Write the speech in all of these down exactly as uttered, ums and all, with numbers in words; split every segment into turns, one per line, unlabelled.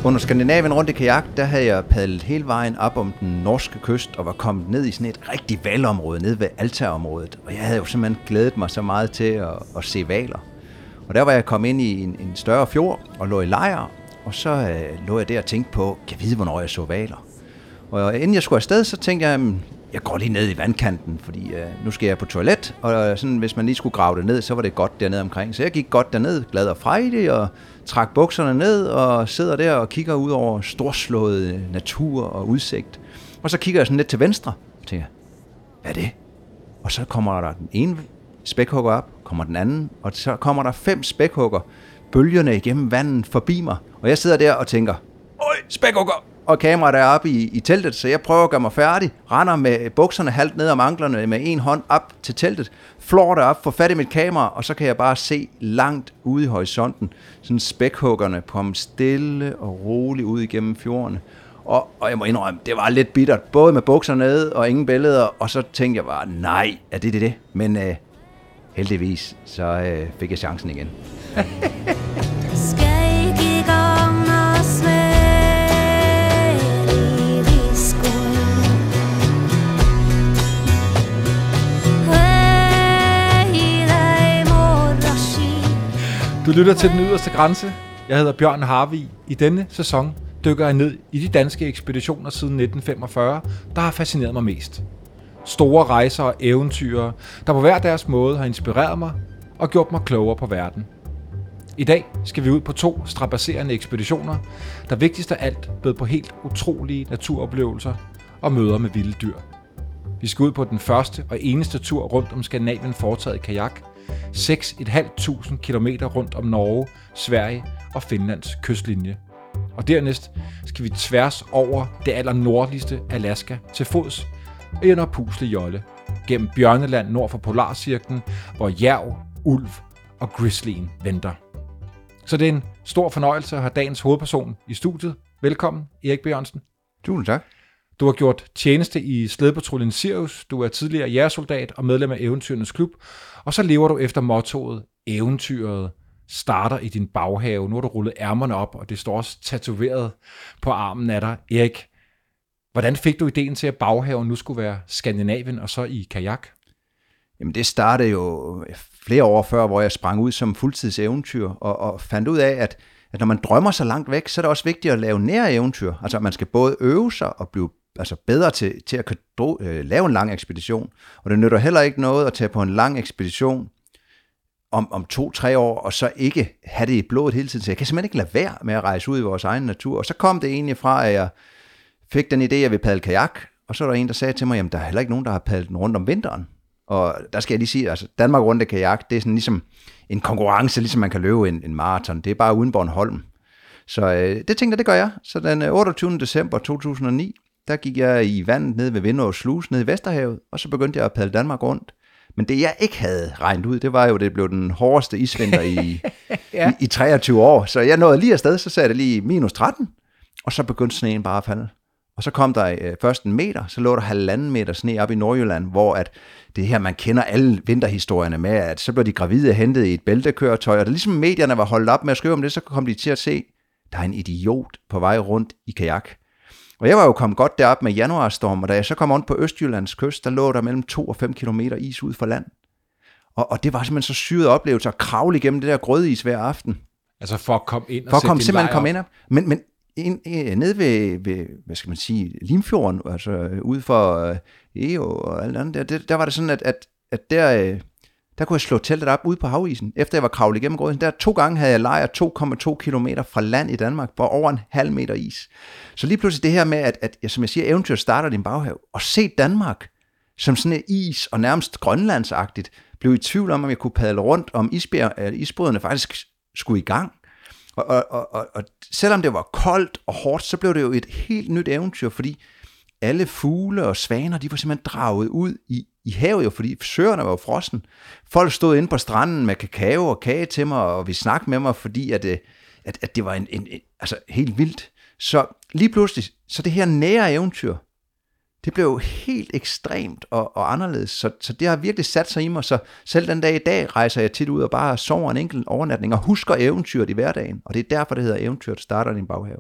Under Skandinavien rundt i kajak, der havde jeg padlet hele vejen op om den norske kyst og var kommet ned i sådan et rigtig valområde nede ved Alta-området. Og jeg havde jo simpelthen glædet mig så meget til at, at se valer. Og der var jeg kommet ind i en, en større fjord og lå i lejr, og så øh, lå jeg der og tænkte på, kan jeg vide, hvornår jeg så valer? Og inden jeg skulle afsted, så tænkte jeg, jeg går lige ned i vandkanten, fordi øh, nu skal jeg på toilet, og sådan, hvis man lige skulle grave det ned, så var det godt dernede omkring. Så jeg gik godt derned, glad og frejdig, og trak bukserne ned, og sidder der og kigger ud over storslået natur og udsigt. Og så kigger jeg sådan lidt til venstre, og tænker, hvad er det? Og så kommer der den ene spækhugger op, kommer den anden, og så kommer der fem spækhugger, bølgerne igennem vandet forbi mig. Og jeg sidder der og tænker, øj, spækhugger! Og kameraet er oppe i, i teltet, så jeg prøver at gøre mig færdig, render med bukserne halvt ned om anklerne med en hånd op til teltet, flår det op, får fat i mit kamera, og så kan jeg bare se langt ude i horisonten, sådan spækhuggerne komme stille og roligt ud igennem fjorden. Og, og jeg må indrømme, det var lidt bittert, både med bukserne nede og ingen billeder, og så tænkte jeg bare, nej, er det det det? Men øh, heldigvis, så øh, fik jeg chancen igen.
Du lytter til Den Yderste Grænse. Jeg hedder Bjørn Harvig. I denne sæson dykker jeg ned i de danske ekspeditioner siden nitten femogfyrre, der har fascineret mig mest. Store rejser og eventyr, der på hver deres måde har inspireret mig og gjort mig klogere på verden. I dag skal vi ud på to strabadserende ekspeditioner, der vigtigst af alt bød på helt utrolige naturoplevelser og møder med vilde dyr. Vi skal ud på den første og eneste tur rundt om Skandinavien foretaget i kajak, seks tusind fem hundrede kilometer rundt om Norge, Sverige og Finlands kystlinje. Og dernæst skal vi tværs over det allernordligste Alaska til fods og under Pusle Jolle, gennem Bjørneland nord for Polarcirklen, hvor jærv, ulv og grizzlyen venter. Så det er en stor fornøjelse at have dagens hovedperson i studiet. Velkommen, Erik B. Jørgensen.
Tusind tak.
Du har gjort tjeneste i Slædepatruljen Sirius, du er tidligere jægersoldat og medlem af Eventyrenes Klub, og så lever du efter mottoet eventyret starter i din baghave. Nu har du rullet ærmerne op, og det står også tatoveret på armen af dig. Erik, hvordan fik du ideen til, at baghaven nu skulle være Skandinavien og så i kajak?
Jamen det startede jo flere år før, hvor jeg sprang ud som fuldtidseventyr, og, og fandt ud af, at, at når man drømmer så langt væk, så er det også vigtigt at lave nære eventyr. Altså man skal både øve sig og blive altså bedre til, til at kunne øh, lave en lang ekspedition. Og det nytter heller ikke noget at tage på en lang ekspedition om, om to-tre år, og så ikke have det i blodet hele tiden. Så jeg kan simpelthen ikke lade være med at rejse ud i vores egen natur. Og så kom det egentlig fra, at jeg fik den idé, at jeg ville padle kajak, og så var der en, der sagde til mig, jamen der er heller ikke nogen, der har padlet den rundt om vinteren. Og der skal jeg lige sige, altså Danmark rundt i kajak, det er sådan ligesom en konkurrence, ligesom man kan løbe en, en maraton. Det er bare uden Bornholm. Så øh, det tænkte jeg, det gør jeg. Så den otteogtyvende december to tusind og ni, der gik jeg i vandet nede ved Vindå Sluice nede i Vesterhavet, og så begyndte jeg at padle Danmark rundt. Men det jeg ikke havde regnet ud, det var jo, det blev den hårdeste isvinter i, ja. i, i treogtyve år. Så jeg nåede lige afsted, så sagde det lige minus tretten, og så begyndte sneen bare at falde. Og så kom der øh, først en meter, så lå der halvanden meter sne op i Nordjylland, hvor at det her, man kender alle vinterhistorierne med, at så blev de gravide hentet i et bæltekøretøj, og det ligesom medierne var holdt op med at skrive om det, så kom de til at se, der er en idiot på vej rundt i kajak. Og jeg var jo kommet godt derop med januarstorm, og da jeg så kom rundt på Østjyllands kyst, der lå der mellem to og fem kilometer is ud for land. Og, og det var simpelthen så syret oplevelse at kravle igennem det der grødis hver aften.
Altså for at komme ind og
for at komme,
sætte
simpelthen komme ind op. Men, men ind, nede ved, ved, hvad skal man sige, Limfjorden, altså ude for uh, E O og alt andet, der, der, der var det sådan, at, at, at der, uh, der kunne jeg slå teltet op ude på havisen, efter jeg var kravlet igennem grøden. Der to gange havde jeg lejret to komma to kilometer fra land i Danmark, på over en halv meter is. Så lige pludselig det her med, at, at som jeg siger, eventyr starter din baghave, og se Danmark som sådan et is, og nærmest grønlandsagtigt, blev i tvivl om, om jeg kunne padle rundt, om isbjer, isbryderne faktisk skulle i gang. Og, og, og, og, og selvom det var koldt og hårdt, så blev det jo et helt nyt eventyr, fordi alle fugle og svaner, de var simpelthen draget ud i, i havet, jo, fordi søerne var jo frossen. Folk stod inde på stranden med kakao og kage til mig, og vi snakkede med mig, fordi at, at, at det var en, en, en, altså helt vildt. Så lige pludselig, så det her nære eventyr, det blev jo helt ekstremt og, og anderledes, så, så det har virkelig sat sig i mig, så selv den dag i dag rejser jeg tit ud og bare sover en enkelt overnatning og husker eventyret i hverdagen, og det er derfor, det hedder eventyret starter i din baghave.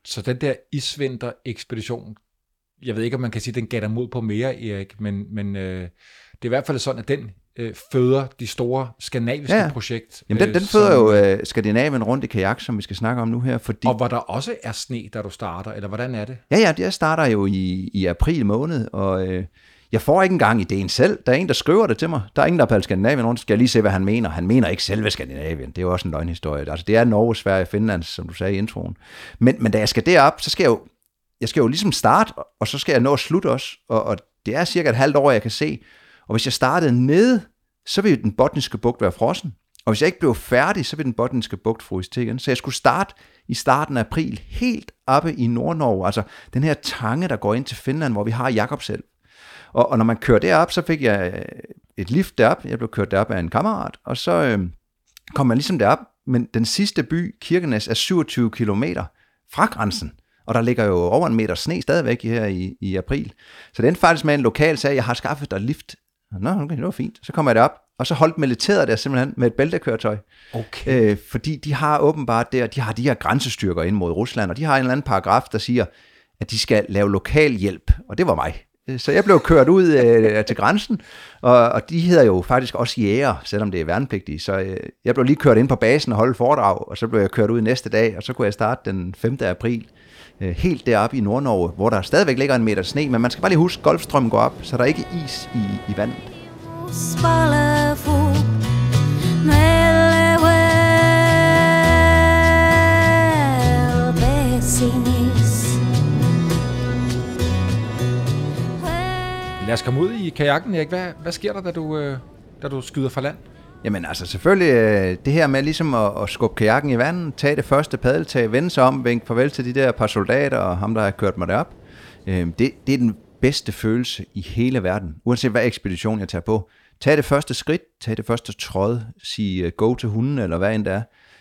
Så den der isvinter-ekspedition, jeg ved ikke, om man kan sige, at den gav dig mod på mere, Erik, men, men øh, det er i hvert fald sådan, at den øh, føder de store skandinaviske
ja.
projekt.
Jamen den, den
øh,
føder
som,
jo øh, Skandinavien rundt i kajak, som vi skal snakke om nu her. Fordi...
Og hvor der også er sne, da du starter, eller hvordan er det?
Ja, ja, det starter jo i, i april måned, og øh, jeg får ikke engang ideen selv. Der er en, der skriver det til mig. Der er ingen, der er på Skandinavien rundt. Skal jeg lige se, hvad han mener. Han mener ikke selve Skandinavien. Det er jo også en løgnhistorie. Altså, det er Norge, Sverige, Finland, som du sagde i introen. Men, men da jeg skal derop, så skal jeg jo, jeg skal jo ligesom starte, og så skal jeg nå at slutte også. Og, og det er cirka et halvt år, jeg kan se. Og hvis jeg startede nede, så vil den botniske bugt være frossen. Og hvis jeg ikke blev færdig, så vil den botniske bugt fryse til igen. Så jeg skulle starte i starten af april, helt oppe i Nord-Norge. Altså den her tange, der går ind til Finland, hvor vi har Jakobselv. Og, og når man kører derop, så fik jeg et lift derop. Jeg blev kørt derop af en kammerat, og så øh, kom man ligesom derop. Men den sidste by, Kirkenes, er syvogtyve kilometer fra grænsen. Og der ligger jo over en meter sne stadigvæk her i, i april. Så det endte faktisk med en lokal sagde, jeg har skaffet dig lift. Nå, okay, det var fint. Så kommer jeg derop, og så holdt militæret der simpelthen med et bæltekøretøj.
Okay.
Øh, fordi de har åbenbart der, de har de her grænsestyrker ind mod Rusland, og de har en eller anden paragraf, der siger, at de skal lave lokal hjælp. Og det var mig. Så jeg blev kørt ud øh, til grænsen, og, og de hedder jo faktisk også jæger, selvom det er værnepligtige. Så øh, jeg blev lige kørt ind på basen og holdt foredrag, og så blev jeg kørt ud næste dag, og så kunne jeg starte den femte april. Helt deroppe i Nord-Norge, hvor der stadigvæk ligger en meter sne, men man skal bare lige huske, at Golfstrømmen går op, så der er ikke is i, i vandet.
Lad os komme ud i kajakken, Erik. Hvad, hvad sker der, da du, øh, da du skyder fra land?
Jamen altså selvfølgelig, øh, det her med ligesom at, at skubbe kajakken i vandet, tage det første paddeltag, vende sig om, vinke farvel til de der par soldater og ham, der har kørt mig derop. Øh, det, det er den bedste følelse i hele verden, uanset hvad ekspedition jeg tager på. Tag det første skridt, tag det første tråd, sige go til hunden eller hvad end det er,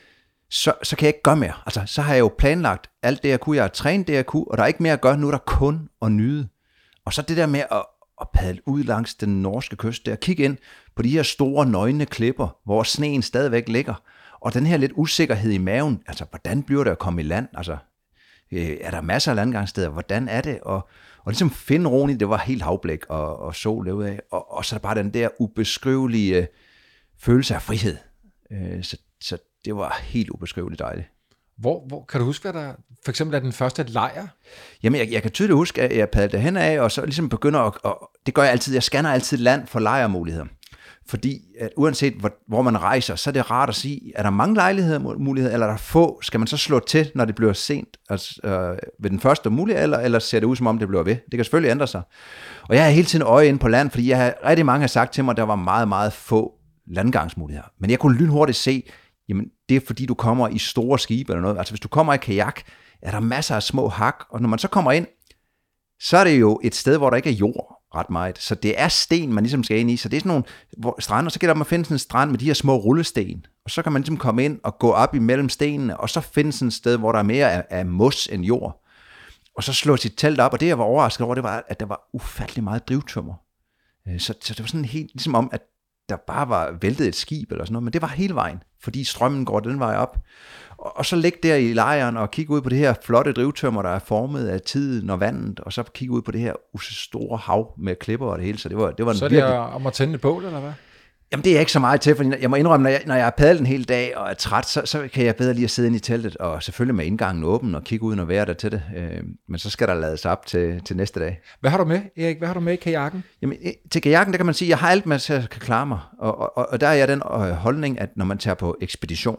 så, så kan jeg ikke gøre mere. Altså, så har jeg jo planlagt alt det, jeg kunne. Jeg har trænet det, jeg kunne, og der er ikke mere at gøre. Nu er der kun at nyde. Og så det der med at og padle ud langs den norske kyst der, kigge ind på de her store nøgne klipper, hvor sneen stadigvæk ligger, og den her lidt usikkerhed i maven, altså hvordan bliver det at komme i land, altså øh, er der masser af landgangssteder, hvordan er det, og, og ligesom finde roen i, det var helt havblik og, og sol derudaf, og, og så er der bare den der ubeskrivelige øh, følelse af frihed, øh, så, så det var helt ubeskriveligt dejligt.
Hvor, hvor kan du huske, hvad der for eksempel er den første lejr?
Jamen, jeg, jeg kan tydeligt huske, at jeg padlede derhen af, og så ligesom begynder at, og det gør jeg altid, jeg scanner altid land for lejrmuligheder. Fordi at uanset hvor, hvor man rejser, så er det rart at sige, er der mange lejligheder muligheder, eller er der få? Skal man så slå til, når det bliver sent altså, øh, ved den første mulighed, eller, eller ser det ud, som om det bliver ved? Det kan selvfølgelig ændre sig. Og jeg har hele tiden øje inde på land, fordi jeg har, rigtig mange har sagt til mig, at der var meget, meget få landgangsmuligheder. Men jeg kunne lynhurtigt se, jamen det er fordi, du kommer i store skibe eller noget. Altså hvis du kommer i kajak, er der masser af små hak, og når man så kommer ind, så er det jo et sted, hvor der ikke er jord ret meget. Så det er sten, man ligesom skal ind i. Så det er sådan nogle hvor, strande, og så kan der man finde sådan en strand med de her små rullesten. Og så kan man ligesom komme ind og gå op imellem stenene, og så finde sådan et sted, hvor der er mere af, af mos end jord. Og så slå sit telt op, og det jeg var overrasket over, det var, at der var ufattelig meget drivtømmer. Så, så det var sådan helt ligesom om, at der bare var væltet et skib eller sådan noget, men det var hele vejen, fordi strømmen går den vej op. Og, og så ligge der i lejren og kigge ud på det her flotte drivtømmer, der er formet af tiden og vandet, og så kigge ud på det her store hav med klipper og det hele, så det var, det var en
så er det
virkelig...
om at tænde et bål, eller hvad?
Jamen det er ikke så meget til, for jeg må indrømme, når jeg, når jeg har padlet en hel dag og er træt, så, så kan jeg bedre lige at sidde inde i teltet, og selvfølgelig med indgangen åben og kigge ud og være der til det. Øh, men så skal der lades op til, til næste dag.
Hvad har du med, Erik? Hvad har du med i kajakken?
Jamen til kajakken, der kan man sige, at jeg har alt med, så jeg kan klare mig. Og, og, og der er jeg den holdning, at når man tager på ekspedition,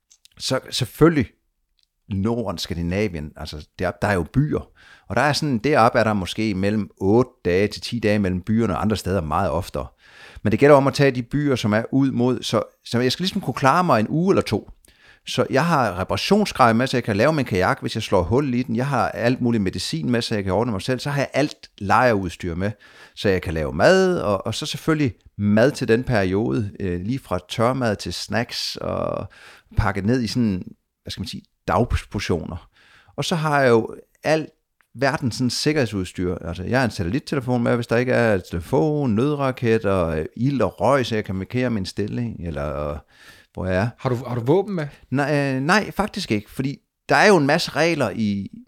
så selvfølgelig Norden, Skandinavien, altså der, der er jo byer, og der er sådan, deroppe er der måske mellem otte dage til ti dage mellem byerne, og andre steder meget oftere. Men det gælder om at tage de byer, som er ud mod, så, så jeg skal ligesom kunne klare mig en uge eller to. Så jeg har reparationsgrej med, så jeg kan lave min kajak, hvis jeg slår hul i den. Jeg har alt muligt medicin med, så jeg kan ordne mig selv. Så har jeg alt lejerudstyr med, så jeg kan lave mad, og, og så selvfølgelig mad til den periode, øh, lige fra tørmad til snacks, og pakket ned i sådan, hvad skal man sige, dagsportioner. Og så har jeg jo alt verdens sådan sikkerhedsudstyr. Altså, jeg har en satellittelefon med, hvis der ikke er telefon, nødraketter, ild og røg, så jeg kan markere min stilling, eller hvor jeg er.
Har du, har du våben med?
Nej, øh, nej, faktisk ikke, fordi der er jo en masse regler i,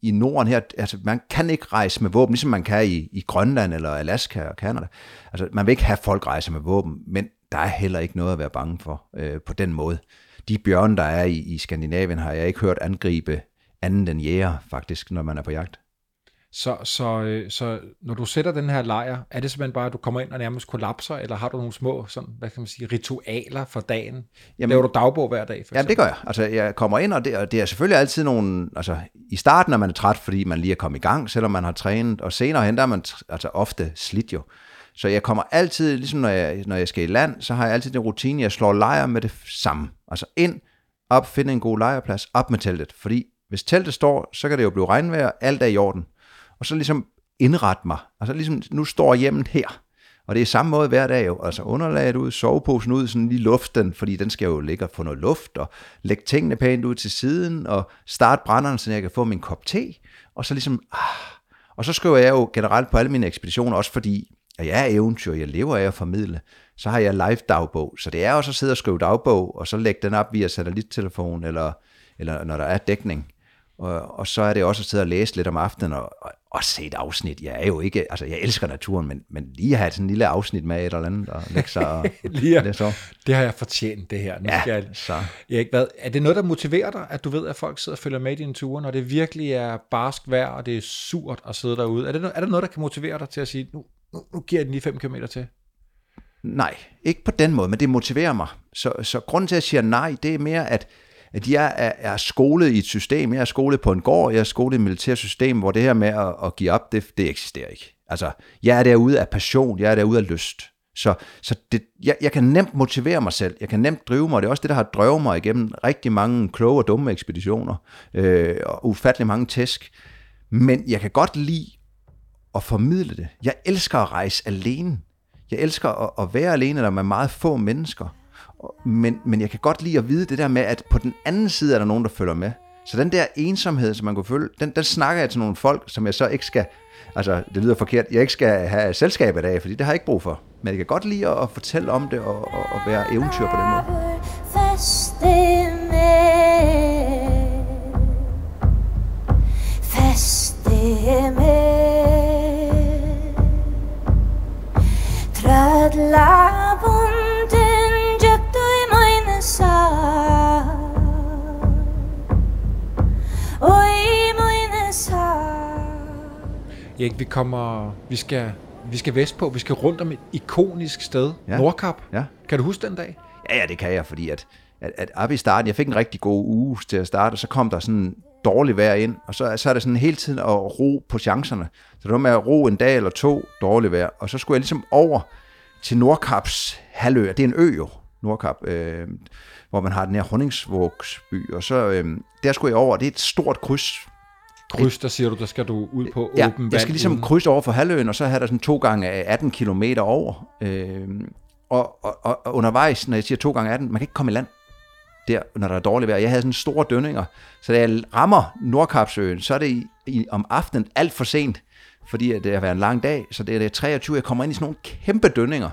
i Norden her, altså man kan ikke rejse med våben, ligesom man kan i, i Grønland eller Alaska og Canada. Altså man vil ikke have folk rejse med våben, men der er heller ikke noget at være bange for øh, på den måde. De bjørne, der er i, i Skandinavien, har jeg ikke hørt angribe anden end jæger, faktisk, når man er på jagt.
Så, så, så når du sætter den her lejr, er det simpelthen bare, at du kommer ind og nærmest kollapser, eller har du nogle små sådan, hvad kan man sige, ritualer for dagen? Jamen, laver du dagbog hver dag?
Ja, det gør jeg. Altså, jeg kommer ind, og det, og det er selvfølgelig altid nogle... Altså, i starten er man træt, fordi man lige er kommet i gang, selvom man har trænet, og senere hen, der er man altså, ofte slidt jo. Så jeg kommer altid, ligesom når jeg, når jeg skal i land, så har jeg altid den rutine, jeg slår lejr med det samme. Altså ind, op, finde en god lejrplads, op med teltet. Fordi hvis teltet står, så kan det jo blive regnvejr, alt er i orden. Og så ligesom indrette mig. Altså ligesom, nu står hjemmet her. Og det er samme måde hver dag jo. Altså underlaget ud, soveposen ud, sådan lige luften, fordi den skal jo ligge og få noget luft, og lægge tingene pænt ud til siden, og starte brænderen, så jeg kan få min kop te. Og så ligesom, ah. Og så skriver jeg jo generelt på alle mine ekspeditioner, også fordi at jeg er eventyr, jeg lever af at formidle, så har jeg live dagbog. Så det er også at sidde og skrive dagbog, og så lægge den op via satellittelefon, eller, eller når der er dækning. Og, og så er det også at sidde og læse lidt om aftenen, og, og, og se et afsnit. Jeg er jo ikke, altså jeg elsker naturen, men, men lige have sådan en lille afsnit med et eller andet, og lægge sig og
lige, så. Det har jeg fortjent, det her. Nu
ja,
jeg,
så.
Erik, hvad, er det noget, der motiverer dig, at du ved, at folk sidder og følger med i dine ture, når det virkelig er barsk vejr, og det er surt at sidde derude? Er det, er det noget, der kan motivere dig til at sige, nu, nu, nu giver jeg den lige fem kilometer til?
Nej, ikke på den måde, men det motiverer mig. Så, så grunden til, at jeg siger nej, det er mere, at at jeg er, er skolet i et system, jeg er skolet på en gård, jeg er skolet i et militært system, hvor det her med at, at give op, det, det eksisterer ikke. Altså, jeg er derude af passion, jeg er derude af lyst. Så, så det, jeg, jeg kan nemt motivere mig selv, jeg kan nemt drive mig, det er også det, der har drevet mig igennem rigtig mange kloge og dumme ekspeditioner, øh, og ufattelig mange tæsk. Men jeg kan godt lide at formidle det. Jeg elsker at rejse alene. Jeg elsker at, at være alene, der med meget få mennesker. Men, men jeg kan godt lide at vide det der med, at på den anden side er der nogen, der følger med. Så den der ensomhed, som man kunne føle, den, den snakker jeg til nogle folk, som jeg så ikke skal, altså det lyder forkert, jeg ikke skal have selskabet af, fordi det har jeg ikke brug for. Men jeg kan godt lide at, at fortælle om det og, og, og være eventyr på den måde.
Feste med, feste med, trædla bunden.
Erik, vi kommer, vi skal, vi skal vestpå, vi skal rundt om et ikonisk sted,
ja.
Nordkap.
Ja.
Kan du huske den dag?
Ja, ja, det kan jeg, fordi at, at, at op i starten, jeg fik en rigtig god uge til at starte, og så kom der sådan dårligt vejr ind, og så, så er det sådan hele tiden at ro på chancerne. Så det var med at ro en dag eller to dårligt vejr, og så skulle jeg ligesom over til Nordkaps halvø. Det er en ø jo, Nordkap, øh, hvor man har den her Honningsvågsby, og så øh, der skulle jeg over, det er et stort kryds.
Kryds, der siger du, der skal du ud på
ja,
åben vand.
Jeg skal ligesom uden. krydse over for halvøen, og så har der sådan to gange atten kilometer over. Øh, og, og, og undervejs, når jeg siger to gange atten, man kan ikke komme i land der, når der er dårligt vejr. Jeg havde sådan store dønninger, så da jeg rammer Nordkapsøen, så er det i, i, om aftenen alt for sent, fordi det har været en lang dag, så det er det treogtyve, jeg kommer ind i sådan nogle kæmpe dønninger.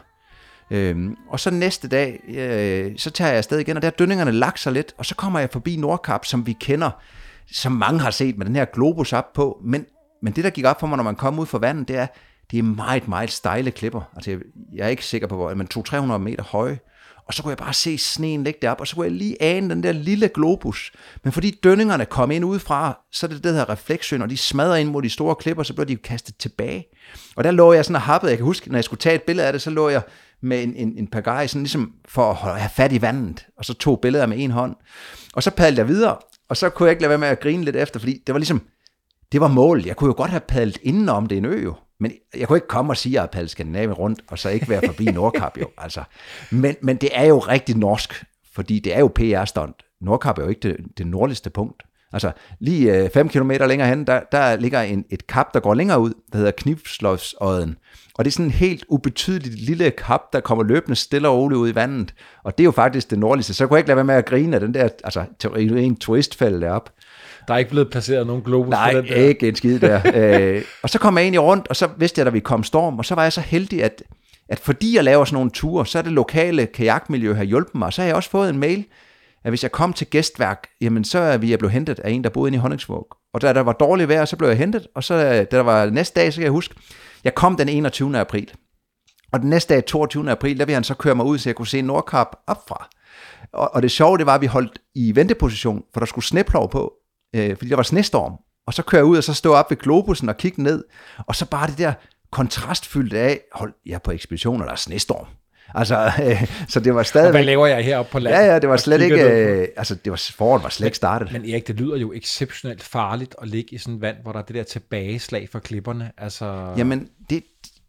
Øhm, og så næste dag, øh, så tager jeg afsted igen, og der har dønningerne lagt sig lidt, og så kommer jeg forbi Nordkap, som vi kender, som mange har set med den her globus op på, men, men det, der gik op for mig, når man kommer ud fra vandet, det er, det er meget, meget stejle klipper. Altså, jeg, jeg er ikke sikker på, hvor, men to til tre hundrede meter høje, og så kunne jeg bare se sneen ligge derop, og så kunne jeg lige ane den der lille globus. Men fordi dønningerne kom ind udefra, så er det det her reflekssøen, og de smadrer ind mod de store klipper, så bliver de kastet tilbage. Og der lå jeg sådan og happede. Jeg kan huske, når jeg skulle tage et billede af det, så lå jeg med en, en, en pagaje, sådan ligesom for at have fat i vandet, og så tog billeder med en hånd. Og så padlede jeg videre, og så kunne jeg ikke lade være med at grine lidt efter, fordi det var ligesom, det var målet. Jeg kunne jo godt have padlet indenom, det er en ø jo. Men jeg kunne ikke komme og sige, at jeg har padlet Skandinavien rundt, og så ikke være forbi Nordkap jo. Altså. Men, men det er jo rigtig norsk, fordi det er jo P R-stunt. Nordkap er jo ikke det, det nordligste punkt. Altså lige øh, fem kilometer længere hen, der, der ligger en, et kap, der går længere ud, der hedder Knivsløjsodden. Og det er sådan en helt ubetydeligt lille kap, der kommer løbende stille og roligt ud i vandet. Og det er jo faktisk det nordligste. Så jeg kunne ikke lade være med at grine af den der, altså en turistfælde deroppe.
Der er ikke blevet placeret nogen globus
Nej,
på den der.
Nej, ikke en skid der. øh, og så kom jeg egentlig rundt, og så vidste jeg, at vi kom storm, og så var jeg så heldig, at, at fordi jeg laver sådan nogle ture, så er det lokale kajakmiljø har hjulpet mig, og så har jeg også fået en mail at hvis jeg kom til gæstværk, jamen så er vi blevet hentet af en, der boede inde i Honningsvåg. Og da der var dårligt vejr, så blev jeg hentet, og så da der var næste dag, så kan jeg huske, jeg kom den enogtyvende april. Og den næste dag, toogtyvende april, der ville han så køre mig ud, så jeg kunne se Nordkap opfra. Og, og det sjove, det var, at vi holdt i venteposition, for der skulle sneplov på, øh, fordi der var snestorm. Og så kører jeg ud, og så stod op ved globussen og kigge ned, og så bare det der kontrastfyldte af, hold, jeg er på ekspedition, og der er snestorm. Altså, øh, så det var stadig.
Hvad laver jeg heroppe på land?
Ja, ja, det var slet ikke, øh, altså det var, foråret var slet ikke startet.
Men Erik, det lyder jo exceptionelt farligt at ligge i sådan et vand, hvor der er det der tilbageslag for klipperne. Altså...
Jamen, det,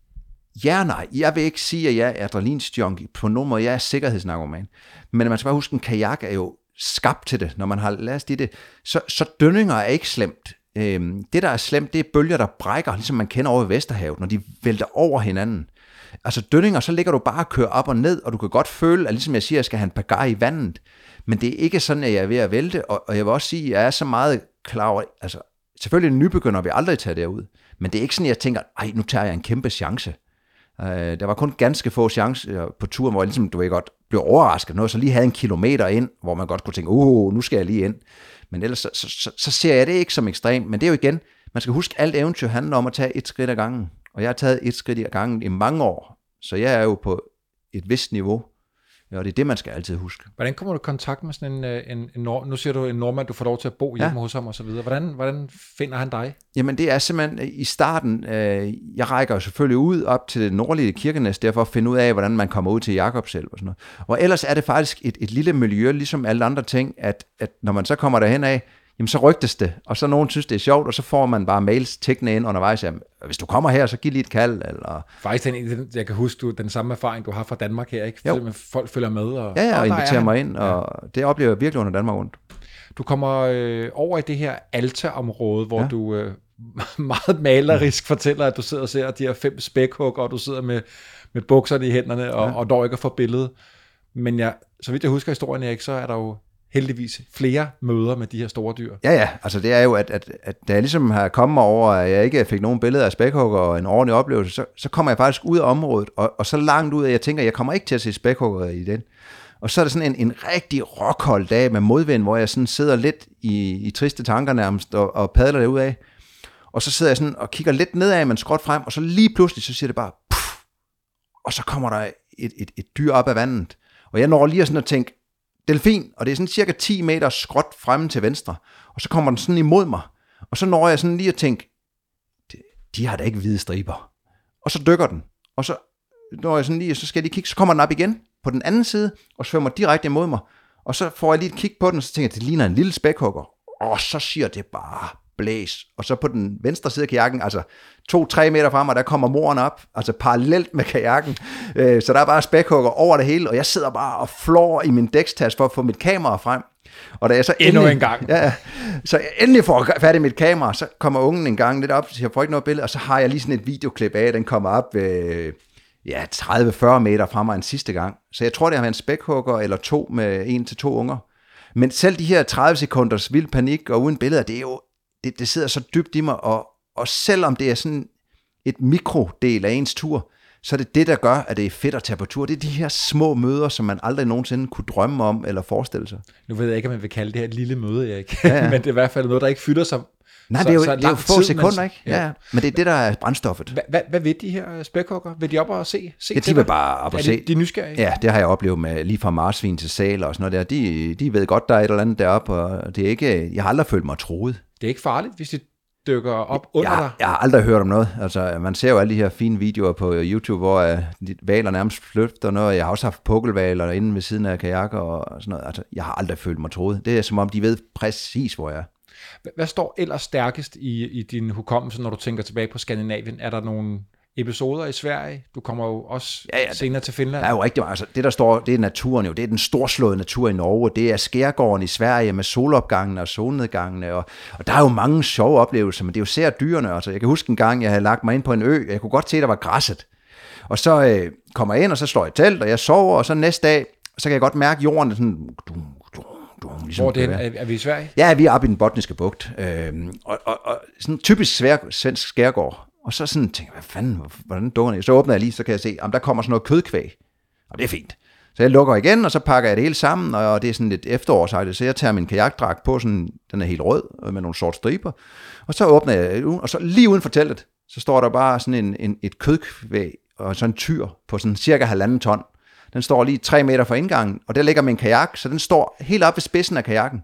ja nej, jeg vil ikke sige, at jeg er adrenalinstjunkie på nogen måde, jeg er sikkerhedsnarkoman. Men man skal bare huske, en kajak er jo skabt til det, når man har læst i det. Så, så dønninger er ikke slemt. Øhm, det, der er slemt, det er bølger, der brækker, ligesom man kender over i Vesterhavet, når de vælter over hinanden. Altså dønninger, så ligger du bare og kører op og ned, og du kan godt føle, at ligesom jeg siger, jeg skal have en pagaje i vandet. Men det er ikke sådan, at jeg er ved at vælte, og, og jeg vil også sige, at jeg er så meget klar over, altså selvfølgelig nybegynder vi aldrig tage derud, men det er ikke sådan, at jeg tænker, ej, nu tager jeg en kæmpe chance. Uh, der var kun ganske få chancer på turen, hvor jeg ligesom, du ved godt, blev overrasket, når jeg så lige havde en kilometer ind, hvor man godt kunne tænke, uh, nu skal jeg lige ind. Men ellers så, så, så, så ser jeg det ikke som ekstremt, men det er jo igen, man skal huske, alt eventyr handler om at tage et skridt ad gangen. Og jeg har taget et skridt ad gangen i mange år, så jeg er jo på et vist niveau, og det er det, man skal altid huske.
Hvordan kommer du i kontakt med sådan en, en, en nord, nu siger du en nordmand, du får lov til at bo hjemme ja. hos ham og så videre. Hvordan, hvordan finder han dig? Jamen
det er simpelthen i starten, øh, jeg rækker jo selvfølgelig ud op til det nordlige Kirkenes, derfor at finde ud af, hvordan man kommer ud til Jakobselv og sådan noget. Og ellers er det faktisk et, et lille miljø, ligesom alle andre ting, at, at når man så kommer derhen af, jamen så rygtes det, og så nogen synes, det er sjovt, og så får man bare mails tækkende ind undervejs. Jamen, hvis du kommer her, så giv lige et kald. Eller...
Faktisk, den, jeg kan huske, du, den samme erfaring, du har fra Danmark her, ikke?
Jo.
Folk følger med. Og,
ja, ja, og
og
inviterer mig ind, og ja. Det oplever jeg virkelig under Danmark rundt.
Du kommer øh, over i det her Alta-område, hvor ja. du øh, meget malerisk fortæller, at du sidder og ser de her fem spækhugger, og du sidder med, med bukserne i hænderne, og, ja. og dog ikke får billedet. Men jeg, så vidt jeg husker historien, Erik, så er der jo heldigvis flere møder med de her store dyr.
Ja, ja, altså det er jo, at, at, at da jeg ligesom har kommet over, at jeg ikke fik nogen billeder af spækhugger og en ordentlig oplevelse, så, så kommer jeg faktisk ud af området, og, og så langt ud, at jeg tænker, at jeg kommer ikke til at se spækhugger i den. Og så er det sådan en, en rigtig rockhold dag med modvind, hvor jeg sådan sidder lidt i, i triste tanker nærmest, og, og padler derud af. Og så sidder jeg sådan og kigger lidt nedad, men skråt frem, og så lige pludselig, så siger det bare, puff, og så kommer der et, et, et dyr op af vandet. Og jeg når lige sådan at tænke, delfin, og det er sådan cirka ti meter skråt fremme til venstre, og så kommer den sådan imod mig, og så når jeg sådan lige at tænke, de har da ikke hvide striber, og så dykker den, og så når jeg sådan lige, så skal jeg lige kigge, så kommer den op igen på den anden side, og svømmer direkte imod mig, og så får jeg lige et kig på den, og så tænker jeg, det ligner en lille spækhugger, og så siger det bare blæs, og så på den venstre side af kajakken, altså to-tre meter frem, og der kommer moren op, altså parallelt med kajakken, øh, så der er bare spækhugger over det hele, og jeg sidder bare og flår i min dækstas for at få mit kamera frem, og da jeg så
endnu
endelig,
en gang,
ja, så jeg endelig får fat i mit kamera, så kommer ungen en gang lidt op, så jeg får ikke noget billede, og så har jeg lige sådan et videoklip af, den kommer op ved ja, tredive til fyrre meter fra mig en sidste gang, så jeg tror, det har været en spækhugger eller to med en til to unger, men selv de her tredive sekunders vild panik og uden billeder, det er jo Det, det sidder så dybt i mig, og, og selvom det er sådan et mikrodel af ens tur, så er det det, der gør, at det er fedt at tage på tur. Det er de her små møder, som man aldrig nogensinde kunne drømme om eller forestille sig.
Nu ved jeg ikke, om man vil kalde det her et lille møde, Erik.
Ja, ja.
Men det er i hvert fald noget, der ikke fylder sig.
Nej,
så,
det er jo,
så
det er jo få
tid,
sekunder,
men,
ikke? Ja. Ja. Men det er det, der er brændstoffet.
Hvad, hvad, hvad ved de her spækhugger? Vil de op og se? se
ja, de vil bare op og
er
se.
De, de er nysgerrige?
Ja, det har jeg oplevet med lige fra marsvin til sæler og sådan noget der. De, de ved godt, der er et eller andet deroppe, og det er ikke, jeg har aldrig følt mig truet.
Det er ikke farligt, hvis de dykker op under
jeg,
dig?
Jeg har aldrig hørt om noget. Altså, man ser jo alle de her fine videoer på YouTube, hvor uh, de valer nærmest flytter noget. Jeg har også haft pukkelvaler inde ved siden af kajakker og sådan noget. Altså, jeg har aldrig følt mig troet. Det er som om, de ved præcis, hvor jeg er.
Hvad står ellers stærkest i, i din hukommelse, når du tænker tilbage på Skandinavien? Er der nogle episoder i Sverige? Du kommer jo også ja, ja, senere til Finland.
Der er jo rigtig meget. Altså, det, der står, det er naturen jo. Det er den storslåede natur i Norge. Det er skærgården i Sverige med solopgangene og solnedgangene. Og, og der er jo mange sjove oplevelser, men det er jo sær dyrene. Altså, jeg kan huske en gang, jeg havde lagt mig ind på en ø, og jeg kunne godt se, at der var græsset. Og så øh, kommer jeg ind, og så slår jeg telt, og jeg sover, og så næste dag, så kan jeg godt mærke, at jorden er sådan... Dum, dum, dum, ligesom
hvor det er, er vi i Sverige?
Ja, vi er oppe i den botniske bugt. Øh, og, og, og sådan typisk svær, svensk skærgård. Og så sådan tænker jeg, hvad fanden, hvordan dukker det? Så åbner jeg lige, så kan jeg se, om der kommer sådan noget kødkvæg. Og det er fint. Så jeg lukker igen, og så pakker jeg det hele sammen, og det er sådan lidt efterårsagtigt, så jeg tager min kajakdragt på, sådan, den er helt rød, med nogle sorte striber, og så åbner jeg, og så lige uden for teltet, så står der bare sådan en, en, et kødkvæg, og sådan en tyr på sådan cirka halvanden ton. Den står lige tre meter fra indgangen, og der ligger min kajak, så den står helt op ved spidsen af kajakken.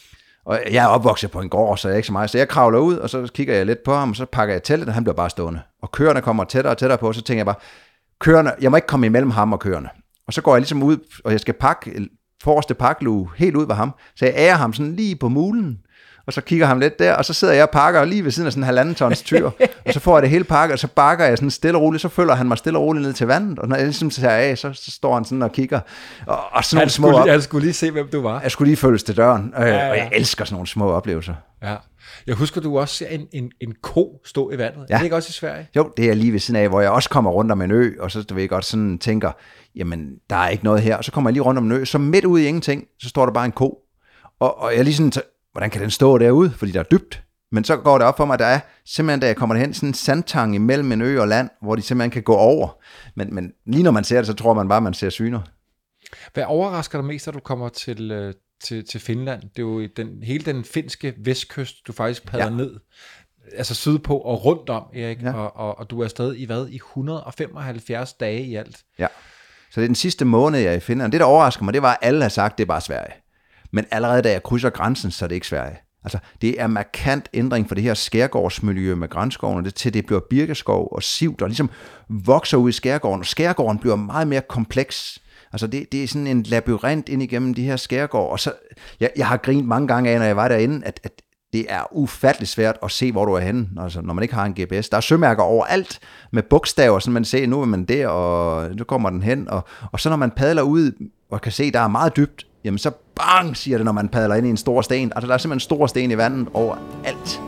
Og jeg er opvokset på en gård, så jeg er ikke så meget, så jeg kravler ud, og så kigger jeg lidt på ham, og så pakker jeg teltet, og han bliver bare stående. Og køerne kommer tættere og tættere på, og så tænker jeg bare, køerne, jeg må ikke komme imellem ham og køerne. Og så går jeg ligesom ud, og jeg skal pakke forreste pakluge helt ud ved ham, så jeg ærer ham sådan lige på mulen, og så kigger ham lidt der, og så sidder jeg og pakker lige ved siden af sådan en halvanden tons tyr, og så får jeg det hele pakket, og så bakker jeg sådan stille og roligt, så følger han mig stille og roligt ned til vandet, og når jeg ligesom tager af, så, så står han sådan og kigger, og, og sådan nogle små op.
Jeg skulle lige se, hvem du var.
Jeg skulle lige følges til døren, øh, ja, ja. Og jeg elsker sådan nogle små oplevelser.
Ja. Jeg husker, du også ser en, en, en ko stå i vandet. Ja. Er det ikke også i Sverige?
Jo, det er lige ved siden af, hvor jeg også kommer rundt om en ø, og så du ved godt sådan tænker, jamen, der er ikke noget her, og så kommer jeg lige rundt om en ø, så midt ude i ingenting, så står der bare en ko, og, og jeg lige sådan, hvordan kan den stå derude, fordi der er dybt, men så går det op for mig, at der er simpelthen, da jeg kommer derhen, sådan en sandtang imellem en ø og land, hvor de simpelthen kan gå over, men, men lige når man ser det, så tror man bare, at man ser syner.
Hvad overrasker dig mest, at du kommer til, øh, til, til Finland? Det er jo den, hele den finske vestkyst, du faktisk padler ja. ned, altså sydpå og rundt om, Erik, ja. og, og, og du er afsted i hvad? I et hundrede og femoghalvfjerds dage i alt. Ja,
så det er den sidste måned, jeg er i Finland. Det, der overrasker mig, det var, at alle har sagt, det er bare Sverige. Men allerede da jeg krydser grænsen, så er det ikke Sverige. Altså, det er markant ændring for det her skærgårdsmiljø med grænskoven, og det til det bliver birkeskov og siv, der ligesom vokser ud i skærgården, og skærgården bliver meget mere kompleks. Altså, det, det er sådan en labyrint ind igennem de her skærgård, og så, jeg, jeg har grint mange gange af, når jeg var derinde, at, at det er ufatteligt svært at se, hvor du er henne, altså, når man ikke har en G P S. Der er sømærker overalt med bogstaver, så man ser, nu er man der, og nu kommer den hen, og, og så når man padler ud og kan se, der er meget dybt, jamen så bang, siger det, når man padler ind i en stor sten. Altså, der er simpelthen en stor sten i vandet overalt.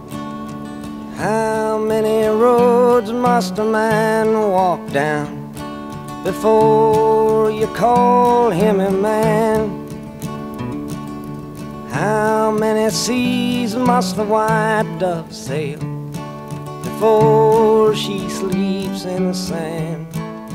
How many roads must a man walk down before you call him a man? How many seas must the white dove sail before she sleeps in the sand?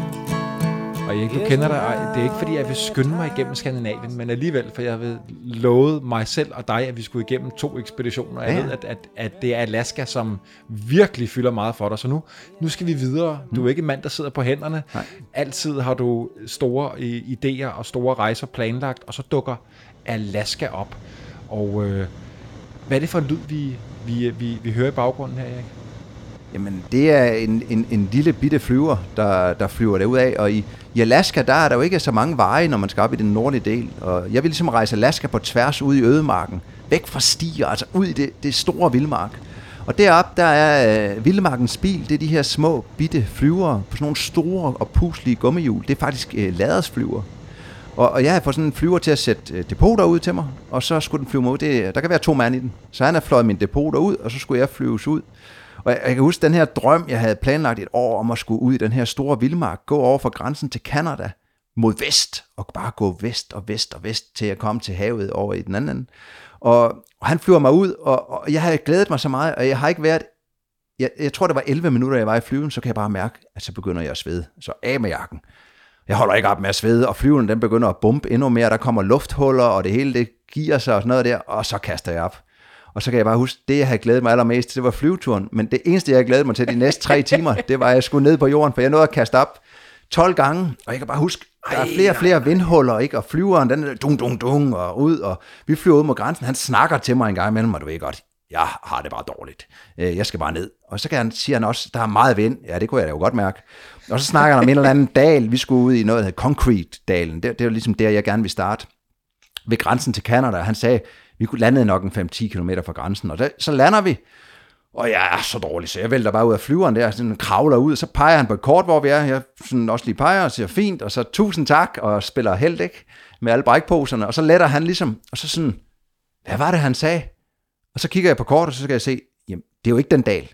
Og jeg, du kender dig, det er ikke fordi, jeg vil skynde mig igennem Skandinavien, men alligevel, for jeg har lovet mig selv og dig, at vi skulle igennem to ekspeditioner. Jeg ja. ved, at, at, at det er Alaska, som virkelig fylder meget for dig. Så nu, nu skal vi videre. Du er ikke en mand, der sidder på hænderne. Nej. Altid har du store idéer og store rejser planlagt, og så dukker Alaska op. Og øh, hvad er det for en lyd, vi, vi, vi, vi hører i baggrunden her, Erik?
Jamen, det er en, en, en lille bitte flyver, der, der flyver derud af, og i, i Alaska, der er der jo ikke så mange veje, når man skal op i den nordlige del, og jeg vil ligesom rejse Alaska på tværs ud i ødemarken, væk fra stier, altså ud i det, det store vildmark. Og deroppe, der er øh, vildmarkens bil, det er de her små, bitte flyvere på sådan nogle store og puslige gummihjul. Det er faktisk øh, ladersflyver. Og, og jeg har fået sådan en flyver til at sætte øh, depoter ud til mig, og så skulle den flyve mig ud. Det, der kan være to mand i den. Så han har fløjet min depoter ud, og så skulle jeg flyves ud. Og jeg, jeg kan huske den her drøm, jeg havde planlagt et år om at skulle ud i den her store vildmark, gå over fra grænsen til Canada mod vest, og bare gå vest og vest og vest, til at komme til havet over i den anden. Og, og han flyver mig ud, og, og jeg havde glædet mig så meget, og jeg har ikke været, jeg, jeg tror det var elleve minutter, jeg var i flyven, så kan jeg bare mærke, at så begynder jeg at svede. Så af med jakken. Jeg holder ikke op med at svede, og flyven den begynder at bumpe endnu mere, der kommer lufthuller, og det hele det giver sig og sådan noget der, og så kaster jeg op. Og så kan jeg bare huske, det jeg havde glædet mig allermest, det var flyveturen. Men det eneste, jeg havde glædet mig til de næste tre timer, det var, at jeg skulle ned på jorden, for jeg nåede at kaste op tolv gange. Og jeg kan bare huske, der er flere og flere vindhuller, ikke? Og flyveren, den er dung, dung, dung, og ud. Og vi flyver ud mod grænsen. Han snakker til mig en gang imellem, og du ved godt, jeg har det bare dårligt. Jeg skal bare ned. Og så kan han, siger han også, der er meget vind. Ja, det kunne jeg da jo godt mærke. Og så snakker han om en eller anden dal. Vi skulle ud i noget, der hedder Concrete-dalen. Det, det var ligesom der, jeg gerne ville starte. Ved grænsen til Canada. Han sagde, vi kunne lande nok en fem til ti kilometer fra grænsen, og der, så lander vi, og jeg er så dårlig, så jeg vælter bare ud af flyveren der, sådan kravler ud, så peger han på et kort, hvor vi er, jeg sådan også lige peger og siger fint, og så tusind tak, og spiller held, ikke, med alle brækposerne, og så letter han ligesom, og så sådan, hvad var det, han sagde? Og så kigger jeg på kortet, og så skal jeg se, jamen, det er jo ikke den dal.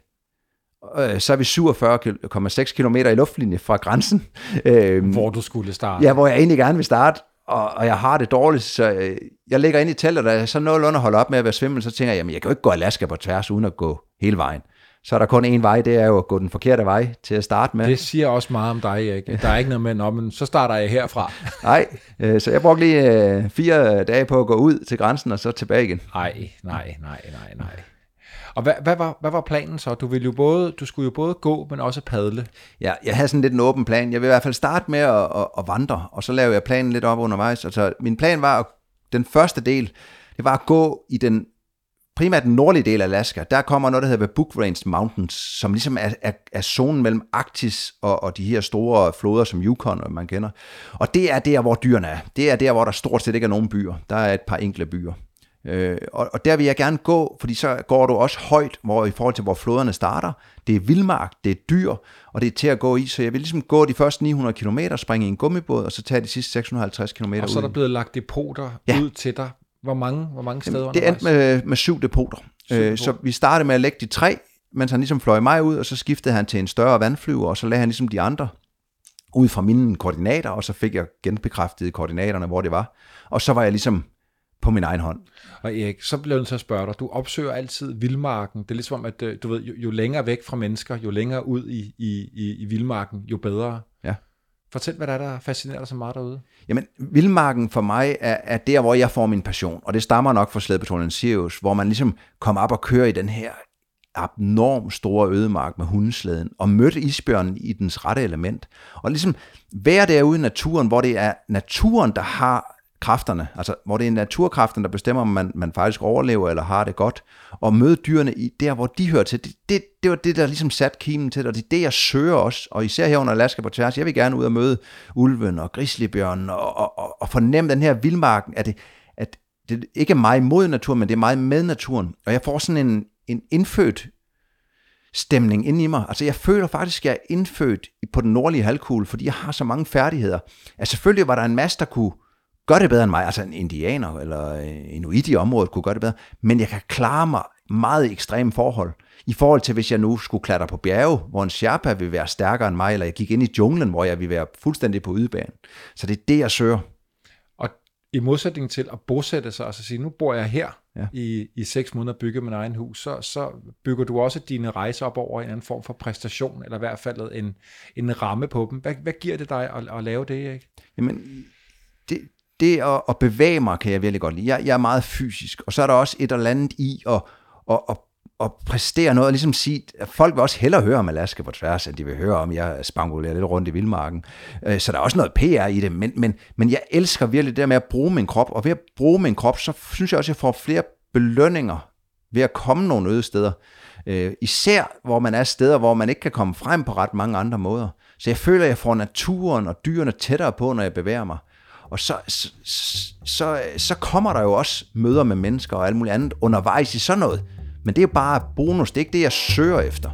Og så er vi syvogfyrre komma seks kilometer i luftlinje fra grænsen.
Hvor du skulle starte.
Ja, hvor jeg egentlig gerne vil starte. Og, og jeg har det dårligt, så øh, jeg ligger inde i teltet, og da jeg så nogenlunde holder op med at være svimmel, så tænker jeg, jamen jeg kan jo ikke gå Alaska på tværs, uden at gå hele vejen. så er der kun én vej, det er jo at gå den forkerte vej til at starte med.
Det siger også meget om dig, Erik. Der er ikke noget med, men så starter jeg herfra.
Nej, øh, så jeg brugte lige øh, fire dage på at gå ud til grænsen, og så tilbage igen.
Nej, nej, nej, nej, nej. Og hvad, hvad, var, hvad var planen så? Du, ville jo både, du skulle jo både gå, men også padle.
Ja, jeg havde sådan lidt en åben plan. Jeg vil i hvert fald starte med at, at, at vandre, og så lavede jeg planen lidt op undervejs. Altså, min plan var, at den første del, det var at gå i den primært den nordlige del af Alaska. Der kommer noget, der hedder Book Range Mountains, som ligesom er, er, er zonen mellem Arktis og, og de her store floder som Yukon, man kender. Og det er der, hvor dyrene er. Det er der, hvor der stort set ikke er nogen byer. Der er et par enkle byer. Øh, og, og der vil jeg gerne gå, fordi så går du også højt, hvor i forhold til, hvor floderne starter. Det er vildmark, det er dyr, og det er til at gå i. Så jeg vil ligesom gå de første ni hundrede kilometer, springe i en gummibåd, og så tage de sidste seks hundrede og halvtreds kilometer ud.
Og så er der blevet lagt depoter
ja. ud
til dig. Hvor mange, hvor mange steder
det endte med, med syv depoter. Syv øh, så vi startede med at lægge de tre, mens han ligesom fløj mig ud, og så skiftede han til en større vandflyver, og så lagde han ligesom de andre ud fra mine koordinater, og så fik jeg genbekræftet koordinaterne, hvor det var. Og så var jeg ligesom på min egen hånd.
Og Erik, så bliver jeg nødt til at spørge dig, du opsøger altid vildmarken. Det er ligesom, at du ved, jo, jo længere væk fra mennesker, jo længere ud i, i, i, i vildmarken, jo bedre.
Ja.
Fortæl, hvad der er, der fascinerer dig så meget derude.
Jamen, vildmarken for mig er, er der, hvor jeg får min passion, og det stammer nok fra Slædepatruljen Sirius, hvor man ligesom kom op og kører i den her abnormt store ødemark med hundeslæden, og mødte isbjørnen i dens rette element. Og ligesom være derude i naturen, hvor det er naturen, der har kræfterne, altså hvor det er naturkræfterne, der bestemmer, om man, man faktisk overlever eller har det godt, og møde dyrene i der, hvor de hører til. Det, det, det var det, der ligesom satte kimen til det, og det er det, jeg søger også, og især her under Alaska på tværs. Jeg vil gerne ud og møde ulven og grizzlybjørnen, og, og, og, og fornemme den her vildmarken, at det, at det ikke er meget mod naturen, men det er meget med naturen. Og jeg får sådan en, en indfødt stemning inde i mig. Altså jeg føler faktisk, at jeg er indfødt på den nordlige halvkugle, fordi jeg har så mange færdigheder. Altså selvfølgelig var der en masse, der kunne gør det bedre end mig, altså en indianer eller inuit i området kunne gøre det bedre, men jeg kan klare mig meget i ekstreme forhold, i forhold til hvis jeg nu skulle klatre på bjerge, hvor en Sherpa vil være stærkere end mig, eller jeg gik ind i junglen, hvor jeg vil være fuldstændig på ydebanen. Så det er det, jeg søger.
Og i modsætning til at bosætte sig, altså sige, nu bor jeg her
ja.
i, i seks måneder og bygger min egen hus, så, så bygger du også dine rejser op over en anden form for præstation, eller i hvert fald en, en ramme på dem. Hvad, hvad giver det dig at, at lave det, ikke?
Jamen, det Det at, at bevæge mig, kan jeg virkelig godt lide. Jeg, jeg er meget fysisk, og så er der også et eller andet i at, at, at, at præstere noget, og ligesom sige, at folk vil også hellere høre om Alaska på tværs, end de vil høre om, jeg spangulerer lidt rundt i vildmarken. Så der er også noget P R i det, men, men, men jeg elsker virkelig det der med at bruge min krop, og ved at bruge min krop, så synes jeg også, at jeg får flere belønninger ved at komme nogle øde steder. Især hvor man er steder, hvor man ikke kan komme frem på ret mange andre måder. Så jeg føler, at jeg får naturen og dyrene tættere på, når jeg bevæger mig. Og så, så, så, så kommer der jo også møder med mennesker og alt muligt andet undervejs i sådan noget. Men det er jo bare bonus, det er ikke det, jeg søger efter.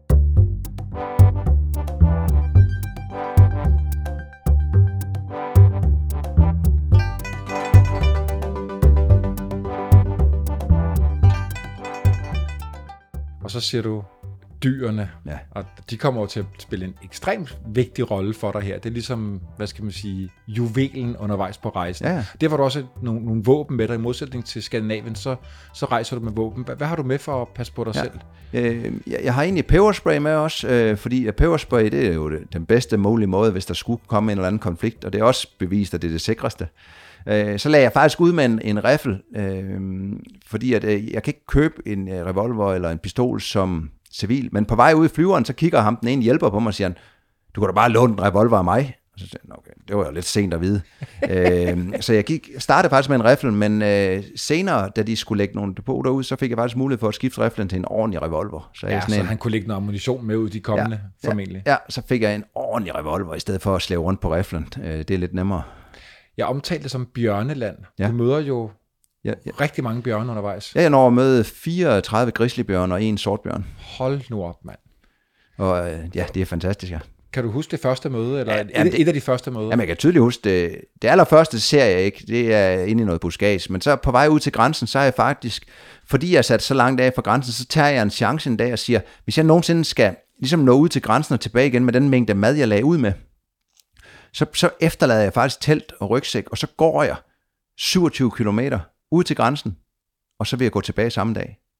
Og så siger du dyrene,
ja.
Og de kommer jo til at spille en ekstremt vigtig rolle for dig her. Det er ligesom, hvad skal man sige, juvelen undervejs på rejsen.
Ja.
Det var du også nogle, nogle våben med dig. I modsætning til Skandinavien, så, så rejser du med våben. Hvad, hvad har du med for at passe på dig
ja.
selv?
Øh, jeg, jeg har egentlig peberspray med også, øh, fordi peberspray, det er jo den bedste mulige måde, hvis der skulle komme en eller anden konflikt, og det er også bevist, at det er det sikreste. Så lagde jeg faktisk ud med en, en riffel, øh, fordi at, øh, jeg kan ikke købe en øh, revolver eller en pistol som civil, men på vej ud i flyveren, så kigger ham den ene hjælper på mig og siger, du kan da bare låne en revolver af mig. Og så siger jeg, okay, det var jo lidt sent at vide. øh, så jeg gik, startede faktisk med en riffel, men øh, senere, da de skulle lægge nogle depoter ud, så fik jeg faktisk mulighed for at skifte riflen til en ordentlig revolver. Så,
ja,
jeg
så
en,
han kunne lægge noget ammunition med ud de kommende,
ja,
formentlig.
Ja, ja, så fik jeg en ordentlig revolver, i stedet for at slæve rundt på riflen. Øh, det er lidt nemmere.
Jeg omtalte det som bjørneland.
Ja.
Du møder jo
ja, ja.
rigtig mange bjørne undervejs.
Ja, jeg når at møde fireogtredive grizzlybjørn og en sortbjørn.
Hold nu op, mand.
Og ja, det er fantastisk, ja.
Kan du huske det første møde, eller
ja,
et,
jamen, det,
et af de første møder?
Jamen, jeg kan tydeligt huske det. Det allerførste ser jeg ikke, det er inde i noget buskage. Men så på vej ud til grænsen, så er jeg faktisk, fordi jeg er sat så langt af fra grænsen, så tager jeg en chance en dag og siger, hvis jeg nogensinde skal ligesom nå ud til grænsen og tilbage igen med den mængde mad, jeg lagde ud med, så, så efterlader jeg faktisk telt og rygsæk, og så går jeg syvogtyve kilometer ud til grænsen, og så vil jeg gå tilbage samme dag.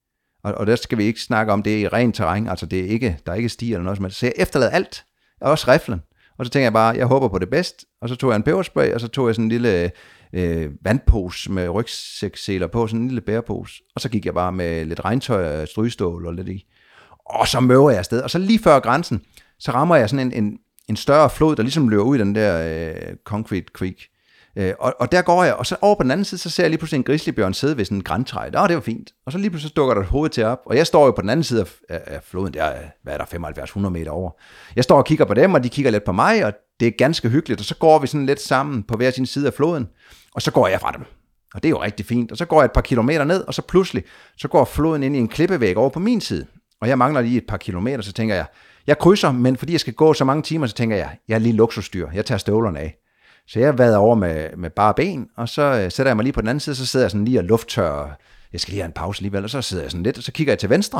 Og, og der skal vi ikke snakke om, det er i ren terræn, altså det er ikke, der er ikke sti eller noget som helst. Så jeg efterlade alt, også riflen. Og så tænker jeg bare, jeg håber på det bedst, og så tog jeg en peberspray, og så tog jeg sådan en lille øh, vandpose med rygsækseler på, sådan en lille bærepose. Og så gik jeg bare med lidt regntøj og strygestål og lidt i. Og så møver jeg afsted, og så lige før grænsen, så rammer jeg sådan en, en, en større flod, der ligesom løber ud i den der øh, Concrete Creek. Øh, og, og der går jeg, og så over på den anden side, så ser jeg lige pludselig en grizzlybjørn sidde ved sådan en grantræ. Åh, det var fint. Og så lige pludselig dukker der et hoved til op, og jeg står jo på den anden side af, af floden, der er, hvad er der, femoghalvfjerds hundrede meter over. Jeg står og kigger på dem, og de kigger lidt på mig, og det er ganske hyggeligt, og så går vi sådan lidt sammen på hver sin side af floden, og så går jeg fra dem. Og det er jo rigtig fint. Og så går jeg et par kilometer ned, og så pludselig, så går floden ind i en klippevæg over på min side. Og jeg mangler lige et par kilometer, så tænker jeg, jeg krydser, men fordi jeg skal gå så mange timer, så tænker jeg, jeg er lige luksusdyr, jeg tager støvlerne af. Så jeg vader over med, med bare ben, og så øh, sætter jeg mig lige på den anden side, så sidder jeg sådan lige og lufttørrer. Jeg skal lige have en pause alligevel, og så sidder jeg sådan lidt, og så kigger jeg til venstre,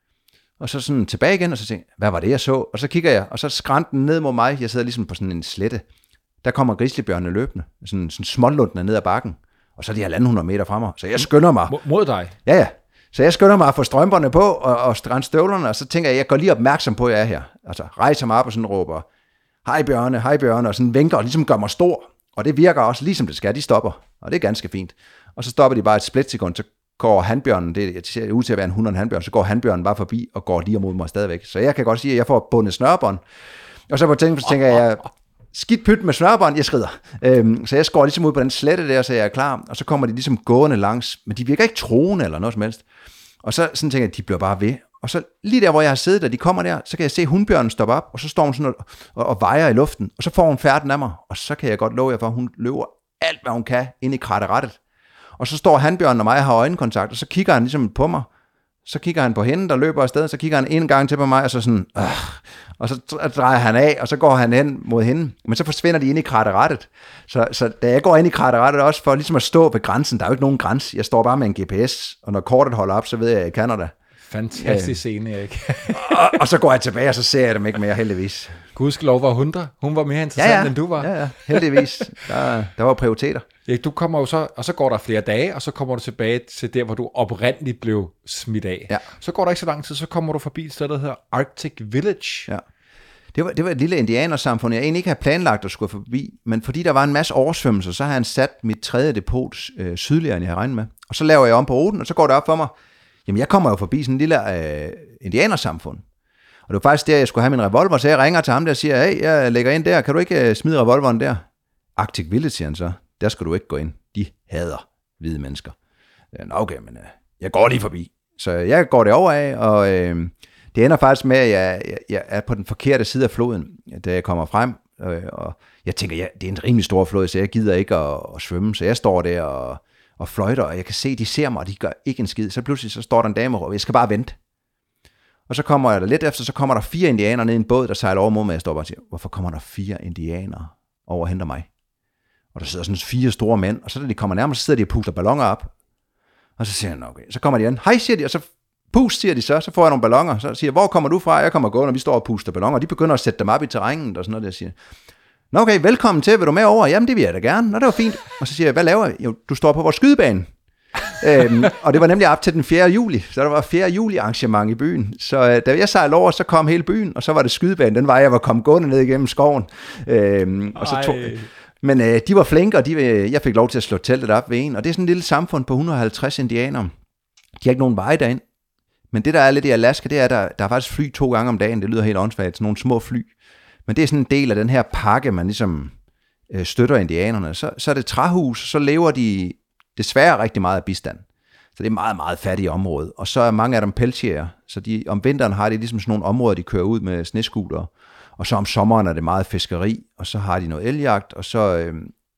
og så sådan tilbage igen, og så tænker jeg, hvad var det, jeg så? Og så kigger jeg, og så skrænt den ned mod mig, jeg sidder ligesom på sådan en slette. Der kommer grizzlybjørnene løbende, sådan, sådan smålundende ned ad bakken, og så er de halvanden hundrede meter fra mig, så jeg skynder mig.
Mod dig?
Ja, ja. Så jeg skynder mig at få strømperne på, og, og strand støvlerne, og så tænker jeg, jeg går lige opmærksom på, at jeg er her. Altså rejser mig op og sådan råber, hej bjørne, hej bjørne, og sådan vinker og ligesom gør mig stor. Og det virker også ligesom det skal, de stopper, og det er ganske fint. Og så stopper de bare et splitsekund, så går hanbjørnen, det ser ud til at være en hundrede hanbjørn, så går hanbjørnen bare forbi og går lige imod mig stadigvæk. Så jeg kan godt sige, at jeg får bundet snørebånd. Og så på tænken, så tænker jeg, skidt pyt med snørebånd, jeg skrider. Øhm, så jeg går ligesom ud på den slette der, så jeg er klar, og så kommer de ligesom gående langs, men de virker ikke troende eller noget som helst. Og så sådan tænker jeg, at de bliver bare ved. Og så lige der, hvor jeg har siddet, og de kommer der, så kan jeg se hundbjørnen stoppe op, og så står hun sådan og, og, og vejer i luften, og så får hun færden af mig, og så kan jeg godt love jer for, at hun løber alt, hvad hun kan, ind i kratterettet. Og så står hanbjørnen og mig og har øjenkontakt, og så kigger han ligesom på mig, så kigger han på hende, der løber afsted, så kigger han en gang til på mig, og så sådan, øh, og så drejer han af, og så går han hen mod hende, men så forsvinder de ind i kratterettet. Så, så da jeg går ind i kratterettet også, for ligesom at stå ved grænsen, der er jo ikke nogen grænse, jeg står bare med en G P S, og når kortet holder op, så ved jeg, at jeg kender det.
Fantastisk scene, Erik.
og, og så går jeg tilbage, og så ser jeg dem ikke mere, heldigvis.
Gudskelov var hun der. Hun var mere interessant,
ja, ja.
end du var.
Ja, ja, heldigvis. Der, der var prioriteter.
Erik, du kommer jo så, og så går der flere dage, og så kommer du tilbage til der, hvor du oprindeligt blev smidt af.
Ja.
Så går der ikke så lang tid, så kommer du forbi et sted, der hedder Arctic Village.
Ja. Det var, det var et lille indianersamfund, jeg egentlig ikke havde planlagt at skulle forbi, men fordi der var en masse oversvømmelser, så har han sat mit tredje depot øh, sydligere, end jeg havde regnet med. Og så laver jeg om på ruten, og så går det op for mig, jamen jeg kommer jo forbi sådan en lille øh, indianersamfund. Og det var faktisk der, jeg skulle have min revolver, så jeg ringer til ham der og siger, hey, jeg lægger ind der, kan du ikke øh, smide revolveren der? Arctic Village, siger han så, der skal du ikke gå ind. De hader hvide mennesker. Nå okay, men øh, jeg går lige forbi. Så jeg går det over af, og øh, det ender faktisk med, at jeg, jeg, jeg er på den forkerte side af floden, da jeg kommer frem. Øh, og jeg tænker, ja, det er en rimelig stor flod, så jeg gider ikke at, at svømme. Så jeg står der og, og fløjter, og jeg kan se, de ser mig, og de gør ikke en skid. Så pludselig så står der en dame og jeg skal bare vente. Og så kommer jeg der lidt efter, så kommer der fire indianere ned i en båd, der sejler over mod mig. Jeg står bare og siger, hvorfor kommer der fire indianere over og henter mig? Og der sidder sådan fire store mænd, og så da de kommer nærmere, så sidder de og puster balloner op. Og så siger han, okay, så kommer de igen. Hej, siger de, og så pust, siger de så, så får jeg nogle balloner. Så siger jeg, hvor kommer du fra? Jeg kommer gående, og vi står og puster balloner. Og de begynder at sætte dem op i terrænet og sådan noget, der siger, nå okay, velkommen til, vil du med over? Jamen, det vil jeg da gerne. Nå, det var fint. Og så siger jeg, hvad laver jeg? Jo, du står på vores skydebane. øhm, og det var nemlig op til den fjerde juli, så der var fjerde juli arrangement i byen. Så øh, da jeg sejlede over, så kom hele byen, og så var det skydebanen. Den vej, jeg var kommet gående ned igennem skoven. Øhm, og så tog, men øh, de var flinke, og de, øh, jeg fik lov til at slå teltet op ved en. Og det er sådan et lille samfund på et hundrede og halvtreds indianere. De har ikke nogen veje derind. Men det, der er lidt i Alaska, det er, at der, der er faktisk fly to gange om dagen. Det lyder helt åndssvagt, sådan nogle små fly. Men det er sådan en del af den her pakke, man ligesom øh, støtter indianerne. Så, så er det træhus, så lever de desværre rigtig meget af bistand. Så det er meget, meget fattige område. Og så er mange af dem pelsjæger. Så de, om vinteren har de ligesom sådan nogle områder, de kører ud med snescootere. Og så om sommeren er det meget fiskeri, og så har de noget eljagt, og så øh,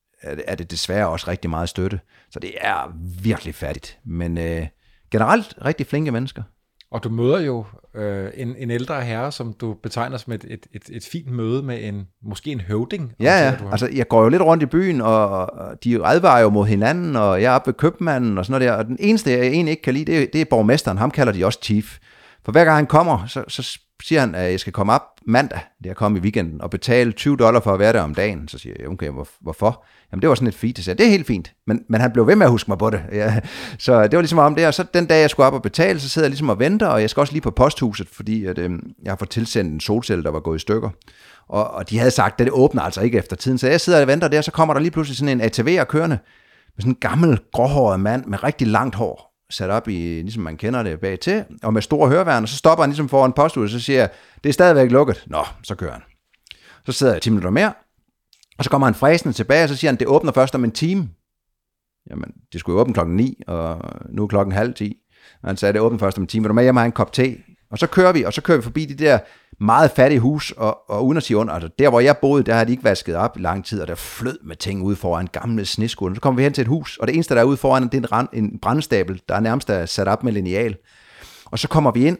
er det desværre også rigtig meget støtte. Så det er virkelig fattigt. Men øh, generelt rigtig flinke mennesker.
Og du møder jo øh, en, en ældre herre, som du betegner som et, et, et, et fint møde med en, måske en høvding.
Ja, ja. Altså jeg går jo lidt rundt i byen, og de advarer jo mod hinanden, og jeg er oppe ved købmanden og sådan noget der. Og den eneste, jeg egentlig ikke kan lide, det er, det er borgmesteren. Ham kalder de også chief. For hver gang han kommer, så, så siger han, at jeg skal komme op mandag, det er kommet i weekenden, og betale tyve dollar for at være der om dagen. Så siger jeg, okay, hvor, hvorfor? Jamen det var sådan et fint, så det er helt fint. Men, men han blev ved med at huske mig på det. Ja. Så det var ligesom om det, og så den dag, jeg skulle op og betale, så sidder jeg ligesom og venter, og jeg skal også lige på posthuset, fordi at, øh, jeg har fået tilsendt en solcelle, der var gået i stykker. Og, og de havde sagt, at det åbner altså ikke efter tiden. Så jeg sidder og venter der, så kommer der lige pludselig sådan en A T V'er kørende, med sådan en gammel, gråhåret mand med rigtig langt hår, sat op i, ligesom man kender det, bag til, og med store høreværn, og så stopper han ligesom foran posthuset, og så siger jeg, det er stadigvæk lukket. Nå, så kører han. Så sidder jeg ti minutter mere, og så kommer han fræsende tilbage, og så siger han, det åbner først om en time. Jamen, det skulle jo åbne klokken ni, og nu er klokken halv ti. Og han sagde, det åbner først om en time, vil du med hjem og have en kop te? Og så kører vi, og så kører vi forbi de der meget fattige hus, og, og uden at sige under, altså der hvor jeg boede, der havde de ikke vasket op i lang tid, og der flød med ting ude foran gamle sneskud. Så kommer vi hen til et hus, og det eneste der er ude foran, det er en, rand, en brændstabel, der er nærmest er sat op med lineal. Og så kommer vi ind,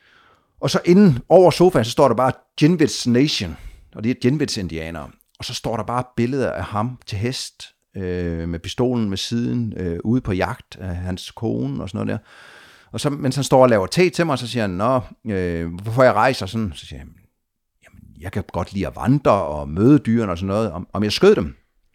og så inden over sofaen, så står der bare Jinwitz Nation, og det er Jinwitz-indianere. Og så står der bare billeder af ham til hest, øh, med pistolen med siden, øh, ude på jagt af hans kone og sådan noget der. Og så, mens han står og laver te til mig, så siger han, nå, øh, hvorfor jeg rejser sådan? Så siger jeg, jamen, jeg kan godt lide at vandre og møde dyrene og sådan noget, om, om jeg skød dem.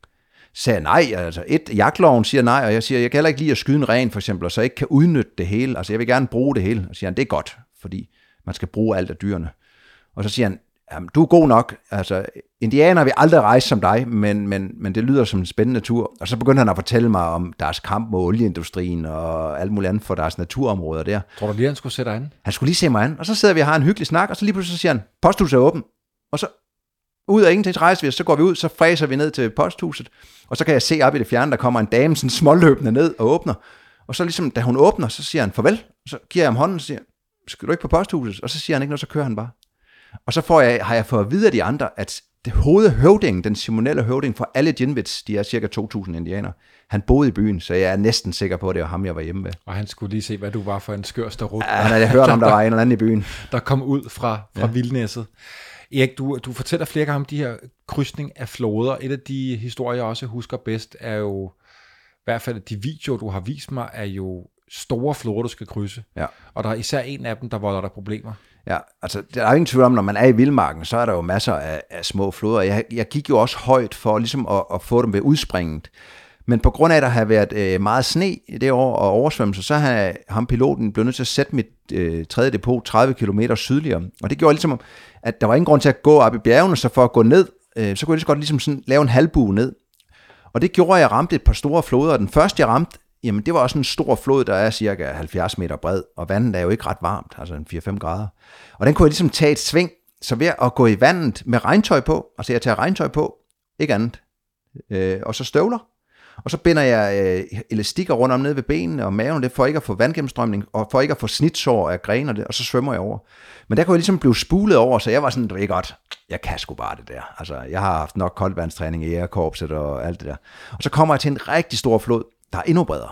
Så sagde jeg, nej, altså et, jagtloven siger nej, og jeg siger, jeg kan heller ikke lide at skyde en ren, for eksempel, og så ikke kan udnytte det hele. Altså, jeg vil gerne bruge det hele. Og så siger han, det er godt, fordi man skal bruge alt af dyrene. Og så siger han, jamen, du er god nok, altså, indianer vil aldrig rejse som dig, men, men, men det lyder som en spændende tur. Og så begyndte han at fortælle mig om deres kamp mod olieindustrien og alt muligt andet for deres naturområder der.
Tror du lige, han skulle sætte dig an?
Han skulle lige se mig an, og så sidder vi og har en hyggelig snak, og så lige pludselig så siger han, posthuset er åben. Og så ud af ingenting, så rejser vi os, så går vi ud, så fræser vi ned til posthuset, og så kan jeg se op i det fjerne, der kommer en dame sådan småløbende ned og åbner. Og så ligesom, da hun åbner, så siger han farvel, og så giver jeg ham hånden og siger, skal du ikke på posthuset? Og så siger han ikke noget, så kører han bare. Og så får jeg, har jeg fået at vide af de andre, at det hovedhøvdingen, den ceremonielle høvding for alle Jinwitz, de er cirka to tusind indianer, han boede i byen, så jeg er næsten sikker på, at det var ham, jeg var hjemme ved.
Og han skulle lige se, hvad du var for en skør starut.
Ja, han havde hørt om, der var en eller anden i byen.
Der kom ud fra, fra ja. Vildnæsset. Erik, du, du fortæller flere gange om de her krydsning af floder. Et af de historier, jeg også husker bedst, er jo, i hvert fald de videoer, du har vist mig, er jo store floder, du skal krydse. Ja. Og der er især en af dem, der volder dig problemer. Ja, altså der er ingen tvivl om, når man er i vildmarken, så er der jo masser af, af små floder. Jeg, jeg gik jo også højt for ligesom at, at få dem ved udspringet. Men på grund af, at der har været øh, meget sne det år og oversvømmelse, så har ham piloten blevet nødt til at sætte mit øh, tredje depot tredive kilometer sydligere. Og det gjorde ligesom, at der var ingen grund til at gå op i bjergene, så for at gå ned, øh, så kunne jeg lige så godt ligesom sådan lave en halvbue ned. Og det gjorde, at jeg ramte et par store floder. Den første, jeg ramte, jamen det var også en stor flod, der er cirka halvfjerds meter bred, og vandet er jo ikke ret varmt, altså en fire til fem grader. Og den kunne jeg ligesom tage et sving, så ved at gå i vandet med regntøj på, altså jeg tager regntøj på, ikke andet, øh, og så støvler, og så binder jeg øh, elastikker rundt om nede ved benene og maven, det for ikke at få vandgennemstrømning, og for ikke at få snitsår af grene, og, det, og så svømmer jeg over. Men der kunne jeg ligesom blive spulet over, så jeg var sådan, det er godt, jeg kan sgu bare det der. Altså jeg har haft nok koldvandstræning i jægerkorpset og alt det der. Og så kommer jeg til en rigtig stor flod, der er endnu bredere.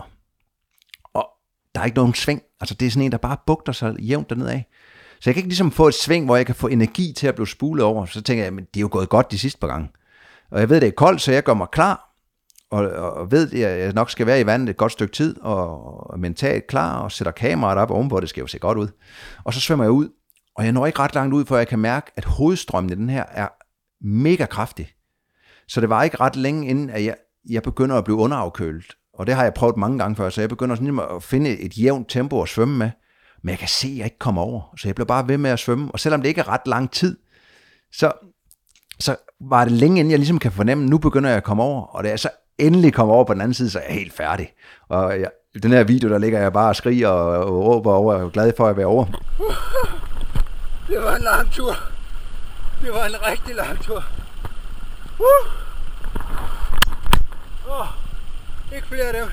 Og der er ikke nogen sving. Altså det er sådan en, der bare bugter sig jævnt dernede af. Så jeg kan ikke ligesom få et sving, hvor jeg kan få energi til at blive spulet over. Så tænker jeg, men det er jo gået godt de sidste par gange. Og jeg ved, det er koldt, så jeg gør mig klar. Og, og ved, at jeg nok skal være i vandet et godt stykke tid. Og, og mentalt klar, og sætter kameraet op ovenpå. Det skal jo se godt ud. Og så svømmer jeg ud. Og jeg når ikke ret langt ud, for jeg kan mærke, at hovedstrømmen i den her er mega kraftig. Så det var ikke ret længe inden, at jeg, jeg begynder at blive underafkølet. Og det har jeg prøvet mange gange før, så jeg begynder sådan at finde et jævnt tempo at svømme med. Men jeg kan se, at jeg ikke kommer over, så jeg bliver bare ved med at svømme. Og selvom det ikke er ret lang tid, så, så var det længe inden jeg ligesom kan fornemme, at nu begynder jeg at komme over. Og da jeg så endelig kommer over på den anden side, så er jeg helt færdig. Og jeg, i den her video, der ligger jeg bare og skriger og, og råber over, og jeg er glad for at være over.
Det var en lang tur. Det var en rigtig lang tur. Uh! Oh. Ikke flere af dem.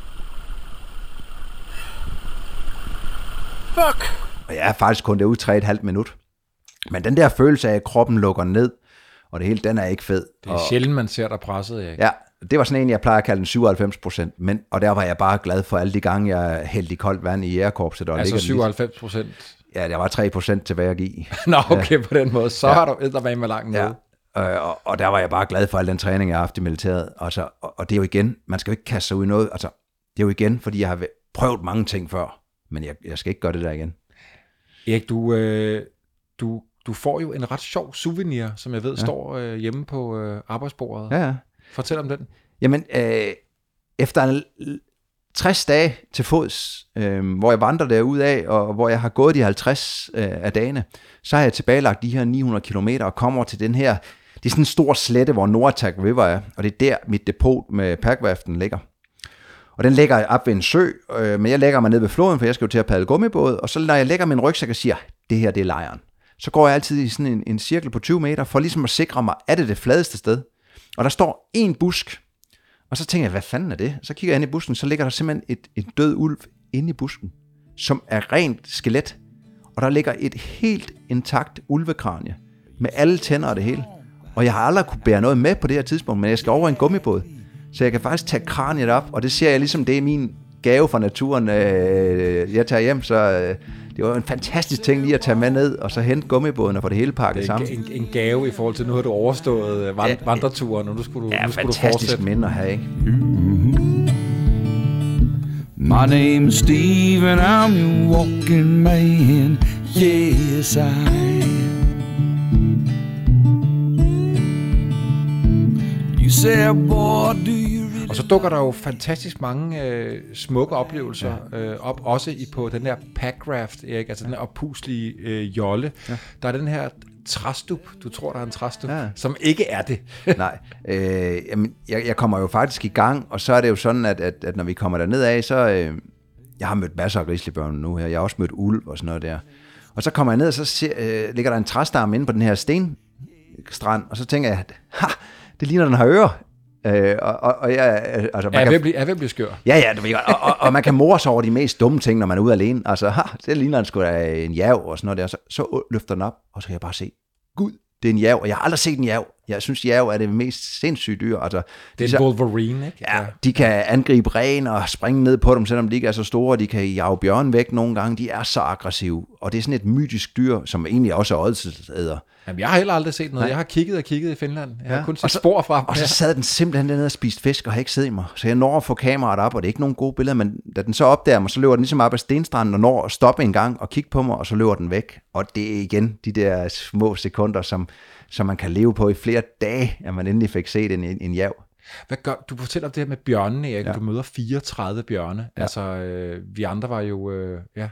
Fuck!
Og jeg er faktisk kun derude tre og et halvt minut. Men den der følelse af, at kroppen lukker ned, og det hele, den er ikke fed.
Det er
og,
sjældent, man ser dig presset, Erik.
Ja, det var sådan en, jeg plejer at kalde den syvoghalvfems procent. Men, og der var jeg bare glad for alle de gange, jeg hældte i koldt vand i jægerkorpset.
Altså syvoghalvfems procent?
Ja, der var tre procent tilbage at give.
Nå, okay, på den måde. Så ja. Har du eddermame med langt nede.
Ja. Og, og der var jeg bare glad for al den træning, jeg har haft i militæret. Og, så, og, og det er jo igen, man skal jo ikke kaste sig ud i noget. Altså, det er jo igen, fordi jeg har prøvet mange ting før, men jeg, jeg skal ikke gøre det der igen.
Erik, du, øh, du, du får jo en ret sjov souvenir, som jeg ved ja. står øh, hjemme på øh, arbejdsbordet.
Ja, ja.
Fortæl om den.
Jamen, øh, efter en tres dage til fods, øh, hvor jeg vandrer derudad, og hvor jeg har gået de halvtreds øh, af dagene, så har jeg tilbagelagt de her ni hundrede kilometer og kommer til den her, det er sådan en stor slette, hvor Noatak River er, og det er der mit depot med packværften ligger. Og den ligger op ved en sø, øh, men jeg lægger mig ned ved floden, for jeg skal jo til at padle gummibåd, og så når jeg lægger min rygsæk og siger, det her det er lejren, så går jeg altid i sådan en, en cirkel på tyve meter, for ligesom at sikre mig, er det det fladeste sted? Og der står en busk, og så tænker jeg, hvad fanden er det? Så kigger jeg ind i busken, så ligger der simpelthen et, et død ulv inde i busken, som er rent skelet. Og der ligger et helt intakt ulvekranie, med alle tænder og det hele. Og jeg har aldrig kunne bære noget med på det her tidspunkt, men jeg skal over en gummibåd. Så jeg kan faktisk tage kraniet op, og det ser jeg ligesom, det er min gave fra naturen, øh, jeg tager hjem. Så øh, det var en fantastisk ting lige at tage med ned, og så hente gummibåden og få det hele pakket
det
sammen.
En, en gave i forhold til, nu har du overstået vand, ja, vandreturen, og nu skulle du,
ja,
nu skulle du
fantastisk
fortsætte.
minde at have, ikke?
My name's Steve and I'm your walking man. Yes, I am. You say, boy, do you really...
Og så dukker der jo fantastisk mange øh, smukke oplevelser øh, op, også i på den her packraft, Erik, altså den her oppuslige øh, jolle. Ja. Der er den her træstup, du tror, der er en træstup, ja. som ikke er det.
Nej, øh, jamen, jeg, jeg kommer jo faktisk i gang, og så er det jo sådan, at, at, at når vi kommer derned af, så... Øh, jeg har mødt masser af grizzlybjørne nu her, jeg har også mødt ulv og sådan noget der. Og så kommer jeg ned, og så ser, øh, ligger der en træstamme inde på den her stenstrand, og så tænker jeg, ha, det ligner, den har ører. Øh, og, og, og jeg, altså, man
er,
kan,
ved blive, er ved at blive skør.
Ja, ja, det ved jeg godt. Og, og, og man kan more sig over de mest dumme ting, når man er ude alene. Altså, ha, det ligner sgu da en jav og sådan noget der. Så, så løfter den op, og så kan jeg bare se, gud, det er en jav, og jeg har aldrig set en jav. Jeg synes, jav er det mest sindssyge dyr. Altså,
det er en Wolverine, ikke?
Ja, de kan angribe ren og springe ned på dem, selvom de ikke er så store. De kan jage bjørn væk nogle gange. De er så aggressive, og det er sådan et mytisk dyr, som egentlig også er ådselsæder.
Jamen, jeg har heller aldrig set noget. Nej. Jeg har kigget og kigget i Finland. Jeg ja. har kun set
så,
spor fra dem.
Og så sad den simpelthen dernede og spiste fisk og har ikke set mig. Så jeg når at få kameraet op, og det er ikke nogen gode billeder, men da den så opdager mig, så løber den ligesom op ad stenstranden og når at stoppe en gang og kigge på mig, og så løber den væk. Og det er igen de der små sekunder, som, som man kan leve på i flere dage, at man endelig fik set en, en jav.
Hvad gør, du fortæller om det her med bjørnene, Erik. Ja. Du møder fireogtredive bjørne. Ja. Altså, øh, vi andre var jo øh, ja,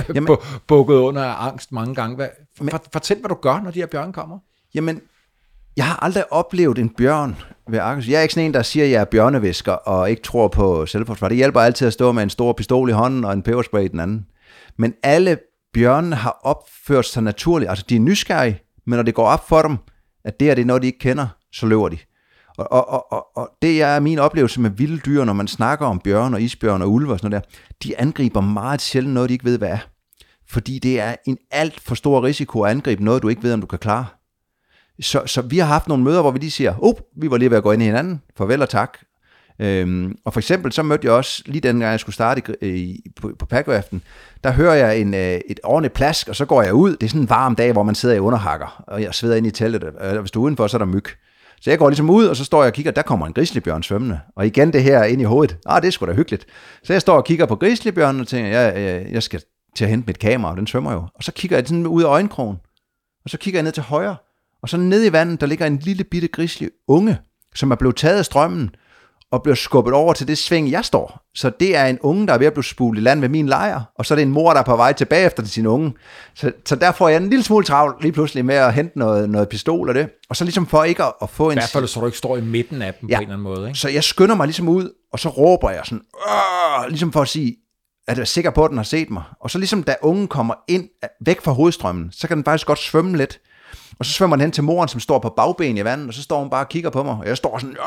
bukket under af angst mange gange. Hvad, men, for, fortæl, hvad du gør, når de her bjørne kommer.
Jamen, jeg har aldrig oplevet en bjørn ved Arkus. Jeg er ikke sådan en, der siger, at jeg er bjørnevisker og ikke tror på selvforsvar. Det hjælper altid at stå med en stor pistol i hånden og en peberspray i den anden. Men alle bjørnene har opført sig naturligt. Altså, de er nysgerrige, men når det går op for dem, at det er det noget, de ikke kender, så løber de. Og, og, og, og det er min oplevelse med vilde dyr, når man snakker om bjørn og isbjørn og ulve og sådan noget der. De angriber meget sjældent noget, de ikke ved, hvad er. Fordi det er en alt for stor risiko at angribe noget, du ikke ved, om du kan klare. Så, så vi har haft nogle møder, hvor vi lige siger, oh, vi var lige ved at gå ind i hinanden, farvel og tak. Øhm, og for eksempel, så mødte jeg også, lige dengang jeg skulle starte i, i, på, på packaften, der hører jeg en, et ordentligt plask, og så går jeg ud. Det er sådan en varm dag, hvor man sidder i underhakker, og jeg sveder ind i teltet. Og hvis du er udenfor, så er der myg. Så jeg går ligesom ud, og så står jeg og kigger, der kommer en grizzlybjørn svømmende. Og igen det her ind i hovedet. Ah, det er sgu da hyggeligt. Så jeg står og kigger på grizzlybjørnen og tænker, jeg, jeg, jeg skal til at hente mit kamera, og den svømmer jo. Og så kigger jeg sådan ud af øjenkrogen, og så kigger jeg ned til højre, og så nede i vandet, der ligger en lille bitte grizzly unge, som er blevet taget af strømmen, og bliver skubbet over til det sving, jeg står. Så det er en unge, der er ved at blive spulet i land ved min lejr, og så er det en mor, der er på vej tilbage efter sin unge. Så, så der får jeg en lille smule travlt lige pludselig med at hente noget, noget pistol og det. Og så ligesom for ikke at, at få en...
I hvert fald, så du ikke står i midten af dem ja. på en eller anden måde. Ikke?
Så jeg skynder mig ligesom ud, og så råber jeg sådan, Åh! Ligesom for at sige, at jeg er sikker på, at den har set mig. Og så ligesom da ungen kommer ind væk fra hovedstrømmen, så kan den faktisk godt svømme lidt. Og så svømmer den hen til moren, som står på bagben i vandet, og så står hun bare og kigger på mig, og jeg står sådan,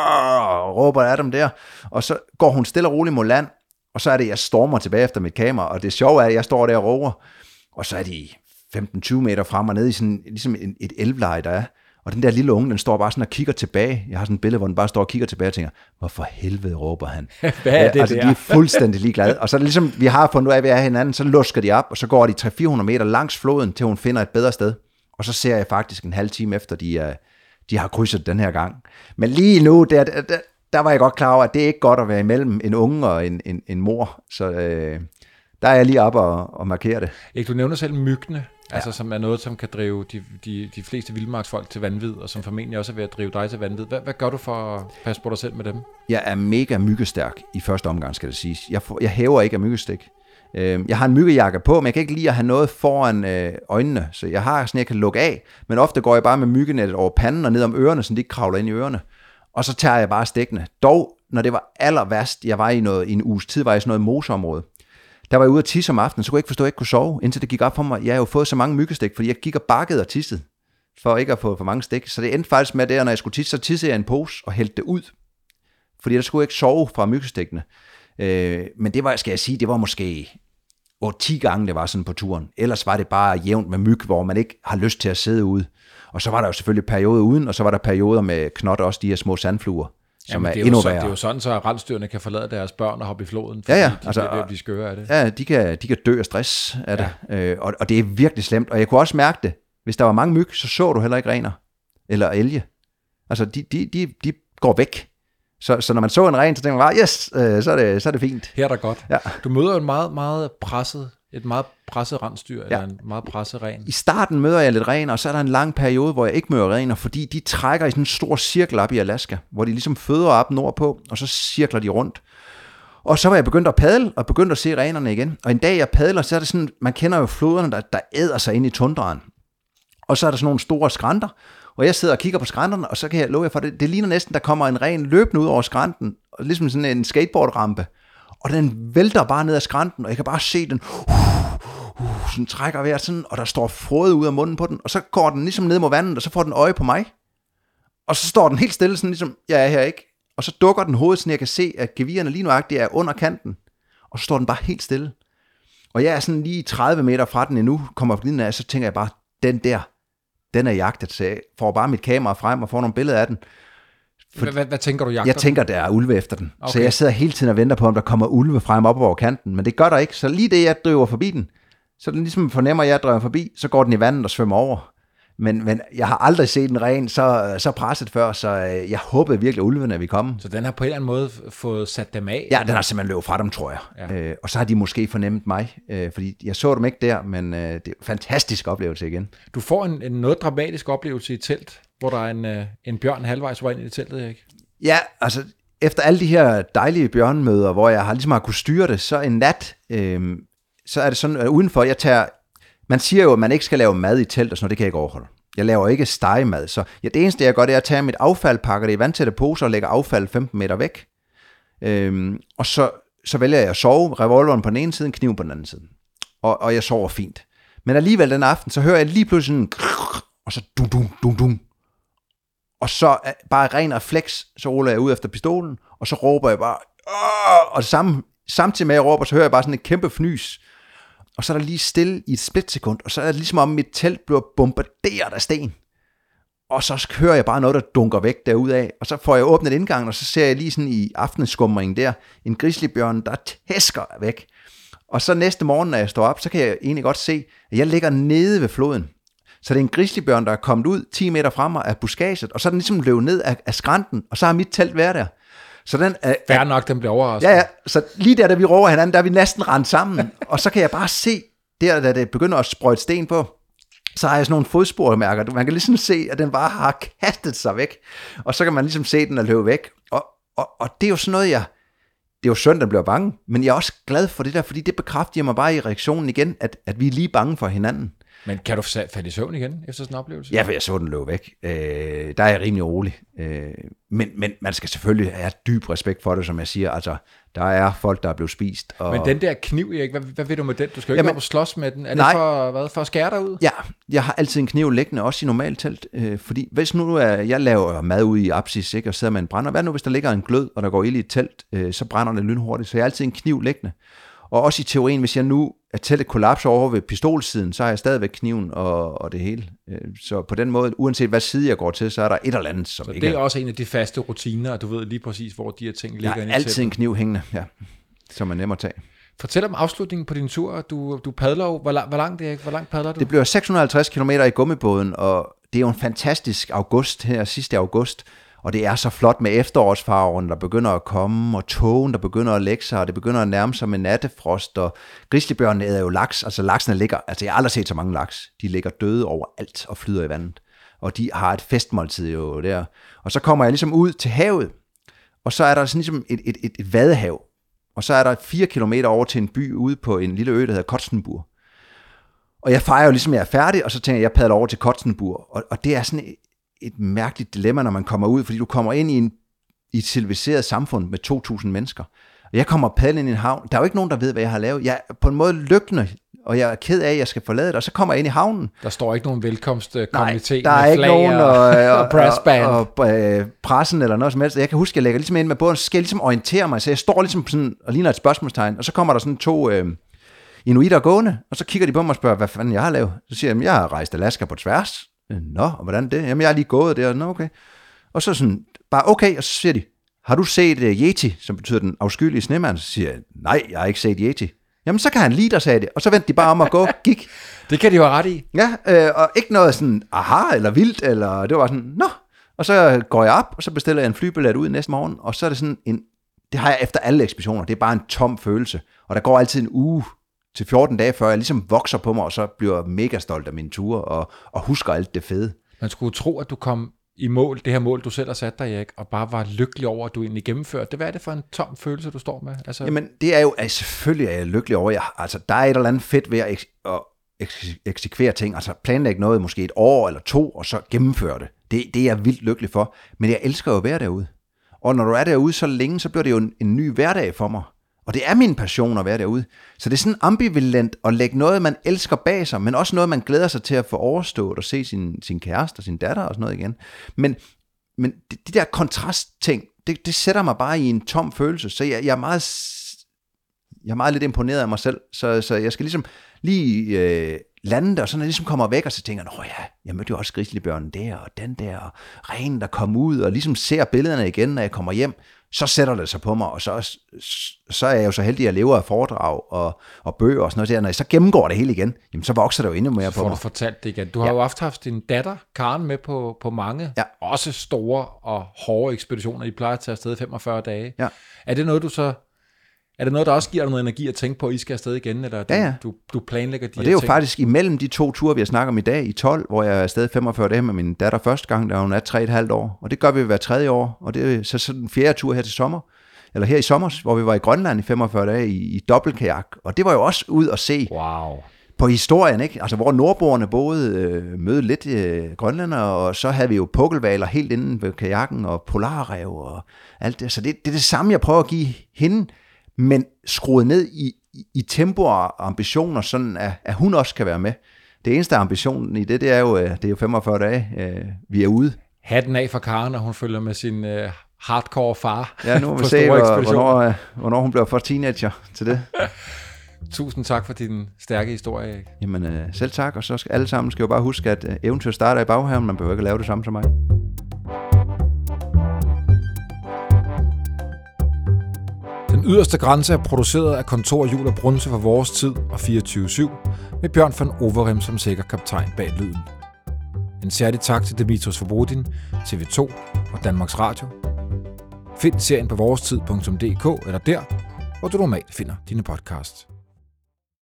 og råber af dem der, og så går hun stille og roligt mod land, og så er det, jeg stormer tilbage efter mit kamera, og det sjove er, at jeg står der og råber, og så er de femten tyve meter frem og ned i sådan, ligesom et elveleje, der er, og den der lille unge, den står bare sådan og kigger tilbage. Jeg har sådan et billede, hvor den bare står og kigger tilbage og tænker, hvorfor helvede råber han?
Hvad er det
altså,
der?
De er fuldstændig ligeglade. Og så er det ligesom, vi har fundet ud af, at vi er hinanden, så lusker de op, og så går de tre til fire hundrede meter langs floden, til hun finder et bedre sted. Og så ser jeg faktisk en halv time efter, de, uh, de har krydset den her gang. Men lige nu, der, der, der var jeg godt klar over, at det er ikke godt at være imellem en unge og en, en, en mor. Så uh, der er jeg lige oppe og, og markerer det.
Ikke, du nævner selv myggene, ja. altså, som er noget, som kan drive de, de, de fleste vildmarksfolk til vanvid, og som formentlig også er ved at drive dig til vanvid. Hvad, hvad gør du for at passe på dig selv med dem?
Jeg er mega myggestærk i første omgang, skal det siges. Jeg, får, jeg hæver ikke af myggestik. Jeg har en myggejakke på, men jeg kan ikke lide at have noget foran øjnene, så jeg har sådan, jeg kan lukke af, men ofte går jeg bare med myggenettet over panden og ned om ørerne, så de ikke kravler ind i ørerne, og så tager jeg bare stikkene. Dog, når det var aller værst, jeg var i, noget, i en uges tid, var jeg i sådan noget moseområde. Der var jeg ude at tisse om aftenen, så kunne jeg ikke forstå, at jeg ikke kunne sove, indtil det gik op for mig. Jeg har jo fået så mange myggestik, fordi jeg gik og bakkede og tissede, for ikke at få for mange stik. Så det endte faktisk med, at når jeg skulle tisse, så tissede jeg en pose og hældte det ud, fordi der skulle jeg ikke sove fra myggestikkene. Øh, men det var, skal jeg sige, det var måske otte ti gange, det var sådan på turen. Ellers var det bare jævnt med myg, hvor man ikke har lyst til at sidde ude. Og så var der jo selvfølgelig perioder uden, og så var der perioder med knot, også de her små sandfluer, som
Jamen,
er,
det er
endnu
så,
værre.
Det er jo sådan, så rensdyrene kan forlade deres børn og hoppe i floden, fordi
ja, ja,
de
altså,
bliver ved at blive skøre af det.
Ja, de kan, de kan dø af stress af det, ja. øh, og, og det er virkelig slemt. Og jeg kunne også mærke det, hvis der var mange myg, så så du heller ikke rener eller elge. Altså, de, de, de, de går væk. Så, så når man så en ren, så tænker man bare, yes, øh, så, er det, så er det fint.
Her er der godt.
Ja.
Du møder jo en meget, meget presset, et meget presset rensdyr, ja. Eller en meget presset ren.
I starten møder jeg lidt rener, og så er der en lang periode, hvor jeg ikke møder rener, fordi de trækker i sådan en stor cirkel op i Alaska, hvor de ligesom føder op nordpå, og så cirkler de rundt. Og så var jeg begyndt at padle, og begyndt at se renerne igen. Og en dag jeg padler, så er det sådan, man kender jo floderne, der, der æder sig ind i tundraen. Og så er der sådan nogle store skrænter, og jeg sidder og kigger på skrænterne, og så kan jeg love jer for det, det ligner næsten, der kommer en ren løbende ud over skrænten, og ligesom sådan en skateboardrampe. Og den vælter bare ned ad skrænten, og jeg kan bare se den, uh, uh, sådan trækker vejret sådan, og der står frode ud af munden på den, og så går den ligesom ned mod vandet, og så får den øje på mig. Og så står den helt stille, sådan ligesom, jeg er her ikke. Og så dukker den hovedet, så jeg kan se, at gevirerne lige nuagtigt er under kanten. Og så står den bare helt stille. Og jeg er sådan lige tredive meter fra den endnu, kommer på den af, så tænker jeg bare, den der, den er jagtet, så jeg får bare mit kamera frem og får nogle billeder af den.
Hvad, hvad, hvad tænker du, jagter?
Jeg tænker, der er ulve efter den.
Okay.
Så jeg sidder hele tiden og venter på, om der kommer ulve frem op over kanten. Men det gør der ikke. Så lige det, jeg driver forbi den, så den ligesom fornemmer, at jeg driver forbi, så går den i vandet og svømmer over. Men, men jeg har aldrig set en ren så, så presset før, så jeg håbede virkelig, at ulvene er vi komme.
Så den har på en eller anden måde fået sat dem af?
Ja, den har simpelthen løbet fra dem, tror jeg. Ja. Øh, og så har de måske fornemt mig, øh, fordi jeg så dem ikke der, men øh, det er en fantastisk oplevelse igen.
Du får en, en noget dramatisk oplevelse i telt, hvor der er en, øh, en bjørn halvvejs vej ind i teltet, ikke?
Ja, altså efter alle de her dejlige bjørnemøder, hvor jeg har ligesom har kunne styre det, så en nat, øh, så er det sådan, at udenfor, jeg tager, man siger jo, at man ikke skal lave mad i telt og sådan noget, det kan jeg ikke overholde. Jeg laver ikke stegemad, så ja, det eneste jeg gør, det er at tage mit affald, pakker det i vandtætte poser og lægger affald femten meter væk. Øhm, og så, så vælger jeg at sove, revolveren på den ene side, en kniv på den anden side. Og, og jeg sover fint. Men alligevel den aften, så hører jeg lige pludselig sådan, og så dum dum dum dum. Og så bare ren refleks, så ruller jeg ud efter pistolen, og så råber jeg bare, Åh! Og samme, samtidig med at jeg råber, så hører jeg bare sådan et kæmpe fnys. Og så er der lige stille i et splitsekund, og så er det ligesom om mit telt bliver bombarderet af sten. Og så hører jeg bare noget, der dunker væk derudaf, og så får jeg åbnet indgangen, og så ser jeg lige sådan i aftenskumringen der, en grizzlybjørn, der tæsker væk. Og så næste morgen, når jeg står op, så kan jeg egentlig godt se, at jeg ligger nede ved floden. Så det er en grizzlybjørn, der er kommet ud ti meter fra mig af buskaget, og så er den ligesom løbet ned af, af skrænten, og så har mit telt været der. Så den er,
Fair nok, den bliver overrasket.
Ja, ja, så lige der, da vi råber hinanden, der er vi næsten rendt sammen, og så kan jeg bare se, der da det begynder at sprøjte sten på, så har jeg sådan nogle fodspormærker, man kan ligesom se, at den bare har kastet sig væk, og så kan man ligesom se den er løbe væk, og, og, og det er jo sådan noget, jeg, det er jo synd, den bliver bange, men jeg er også glad for det der, fordi det bekræfter mig bare i reaktionen igen, at, at vi er lige bange for hinanden.
Men kan du falde i søvn igen efter sådan en oplevelse?
Ja, for jeg så den løbe væk. Øh, der er jeg rimelig rolig. Øh, men, men man skal selvfølgelig have dyb respekt for det, som jeg siger. Altså, der er folk, der er blevet spist. Og...
Men den der kniv, Erik, hvad, hvad ved du med den? Du skal jo ikke
Jamen,
op og slås med den. Er
nej.
det for, hvad, for at skære dig ud?
Ja, jeg har altid en kniv liggende, også i normalt telt. Øh, fordi hvis nu er, jeg laver mad ude i apsis, ikke, og sidder med en brænder. Hvad nu, hvis der ligger en glød, og der går ild i et telt, øh, så brænder det lynhurtigt. Så jeg har altid en kniv liggende. Og også i teorien, hvis jeg nu er teltet kollapser over ved pistolsiden, så har jeg stadigvæk kniven og, og det hele. Så på den måde, uanset hvad side jeg går til, så er der et eller andet, som
så
ikke
det er også en af de faste rutiner, at du ved lige præcis, hvor de her ting ligger inde i teltet.
Jeg har altid en kniv hængende, ja, som er nem at tage.
Fortæl om afslutningen på din tur. Du, du padler jo. Hvor, lang, hvor, langt, Erik? Hvor langt padler du?
Det bliver seks hundrede og halvtreds kilometer i gummibåden, og det er jo en fantastisk august her, sidste august. og det er så flot med efterårsfarven, der begynder at komme, og togen, der begynder at lægge sig, og det begynder at nærme sig med nattefrost, og grizzlybjørnene æder jo laks, altså laksene ligger, altså jeg har aldrig set så mange laks, de ligger døde overalt og flyder i vandet, og de har et festmåltid jo der, og så kommer jeg ligesom ud til havet, og så er der sådan ligesom et, et, et, et vadehav, og så er der fire kilometer over til en by ude på en lille ø, der hedder Kotsenburg. Og jeg fejrer jo ligesom, jeg er færdig, og så tænker jeg, jeg padler over til Kotsenburg. Og, og det er sådan et, et mærkeligt dilemma, når man kommer ud, fordi du kommer ind i, en, i et civiliseret samfund med to tusind mennesker. Og jeg kommer padlen ind i en havn. Der er jo ikke nogen, der ved, hvad jeg har lavet. Jeg er på en måde lykkende, og jeg er ked af, at jeg skal forlade det, og så kommer jeg ind i havnen.
Der står ikke nogen velkomstkomité
med der er ikke nogen, og,
og, og brassband.
Og, og, og øh, pressen eller noget som helst. Jeg kan huske, at jeg lægger ligesom ind med båden, så skal jeg ligesom orientere mig, så jeg står ligesom sådan og ligner et spørgsmålstegn, og så kommer der sådan to øh, inuiter gående, og så kigger de på mig og spørger, hvad fanden jeg har lavet. Så siger jeg, jeg har rejst Alaska på tværs. Nå, og hvordan det? Jamen, jeg har lige gået der. Nå, okay. Og så sådan, bare okay, og så siger de, har du set uh, Yeti, som betyder den afskyelige snemand? Så siger jeg, nej, jeg har ikke set Yeti. Jamen, så kan han lide dig, sagde det. Og så vendte de bare om at gå, gik.
Det kan de jo ret i.
Ja, øh, og ikke noget sådan, aha, eller vildt, eller det var sådan, nå. Og så går jeg op, og så bestiller jeg en flybillet ud næste morgen, og så er det sådan en, det har jeg efter alle ekspeditioner, det er bare en tom følelse. Og der går altid en uge til fjorten dage, før jeg ligesom vokser på mig, og så bliver jeg mega stolt af mine ture, og, og husker alt det fede.
Man skulle tro, at du kom i mål, det her mål, du selv har sat dig, Erik, og bare var lykkelig over, at du egentlig gennemførte det. Hvad er det for en tom følelse, du står med? Altså...
Jamen, det er jo, altså, selvfølgelig er jeg lykkelig over, jeg, altså, der er et eller andet fedt ved at, ek- at ek- eksekvere ting, altså planlægge noget, måske et år eller to, og så gennemføre det. det. Det er jeg vildt lykkelig for, men jeg elsker jo at være derude. Og når du er derude så længe, så bliver det jo en, en ny hverdag for mig. Og det er min passion at være derude. Så det er sådan ambivalent at lægge noget, man elsker bag sig, men også noget, man glæder sig til at få overstået og se sin, sin kæreste og sin datter og sådan noget igen. Men, men de, de der kontrastting, det, det sætter mig bare i en tom følelse. Så jeg, jeg, er, meget, jeg er meget lidt imponeret af mig selv. Så, så jeg skal ligesom lige øh, lande der, og så når jeg ligesom kommer væk, og så tænker jeg, åh ja, jeg mødte jo også grizzlybjørnen der, og den der, og regnen der kom ud, og ligesom ser billederne igen, når jeg kommer hjem. Så sætter det sig på mig, og så, så er jeg jo så heldig, at jeg lever af foredrag og, og bøger og sådan noget der. Når jeg så gennemgår det hele igen, jamen så vokser det jo endnu mere
så
på mig.
Så får du fortalt det igen. Du har ja. jo ofte haft din datter, Karen, med på, på mange,
ja.
også store og hårde ekspeditioner. I plejer at tage afsted femogfyrre dage.
Ja.
Er det noget, du så... Er det noget, der også giver dig noget energi at tænke på, at I skal afsted igen, eller du,
ja, ja.
du, du planlægger de
og det er jo
ting?
faktisk imellem de to ture, vi har snakket om i dag, i tolv, hvor jeg er afsted femogfyrre dage med min datter første gang, da hun er tre og et halvt år. Og det gør vi hver tredje år, og det er så, så den fjerde tur her til sommer. Eller her i sommer, hvor vi var i Grønland i femogfyrre dage i, i dobbeltkajak. Og det var jo også ud at se
wow.
på historien, ikke? Altså hvor nordboerne boede, øh, mødte lidt øh, grønlænder, og så havde vi jo pukkelvaler helt inden ved kajakken, og polarrev og alt det. Så det, det er det samme, jeg prøver at give hende, men skruet ned i, i, i tempo og ambitioner, sådan at, at hun også kan være med. Det eneste ambitionen i det, det er jo, det er jo femogfyrre dage, øh, vi er ude.
Hatten af for Karen, og hun følger med sin øh, hardcore far.
Ja, nu må vi se, hvor, hvornår, hvornår hun bliver for teenager til det.
Tusind tak for din stærke historie, Erik.
Jamen øh, selv tak, og så skal alle sammen skal jo bare huske, at øh, eventyr starter i baghaven, man behøver ikke lave det samme som mig.
Den yderste grænse er produceret af Kontor Jul og Brunse for Vores Tid og fireogtyve syv, med Bjørn van Overem som sikker kaptajn bag lyden. En særlig tak til Dimitros Forbrodin, T V to og Danmarks Radio. Find serien på vorestid punktum d k eller der, hvor du normalt finder dine podcasts.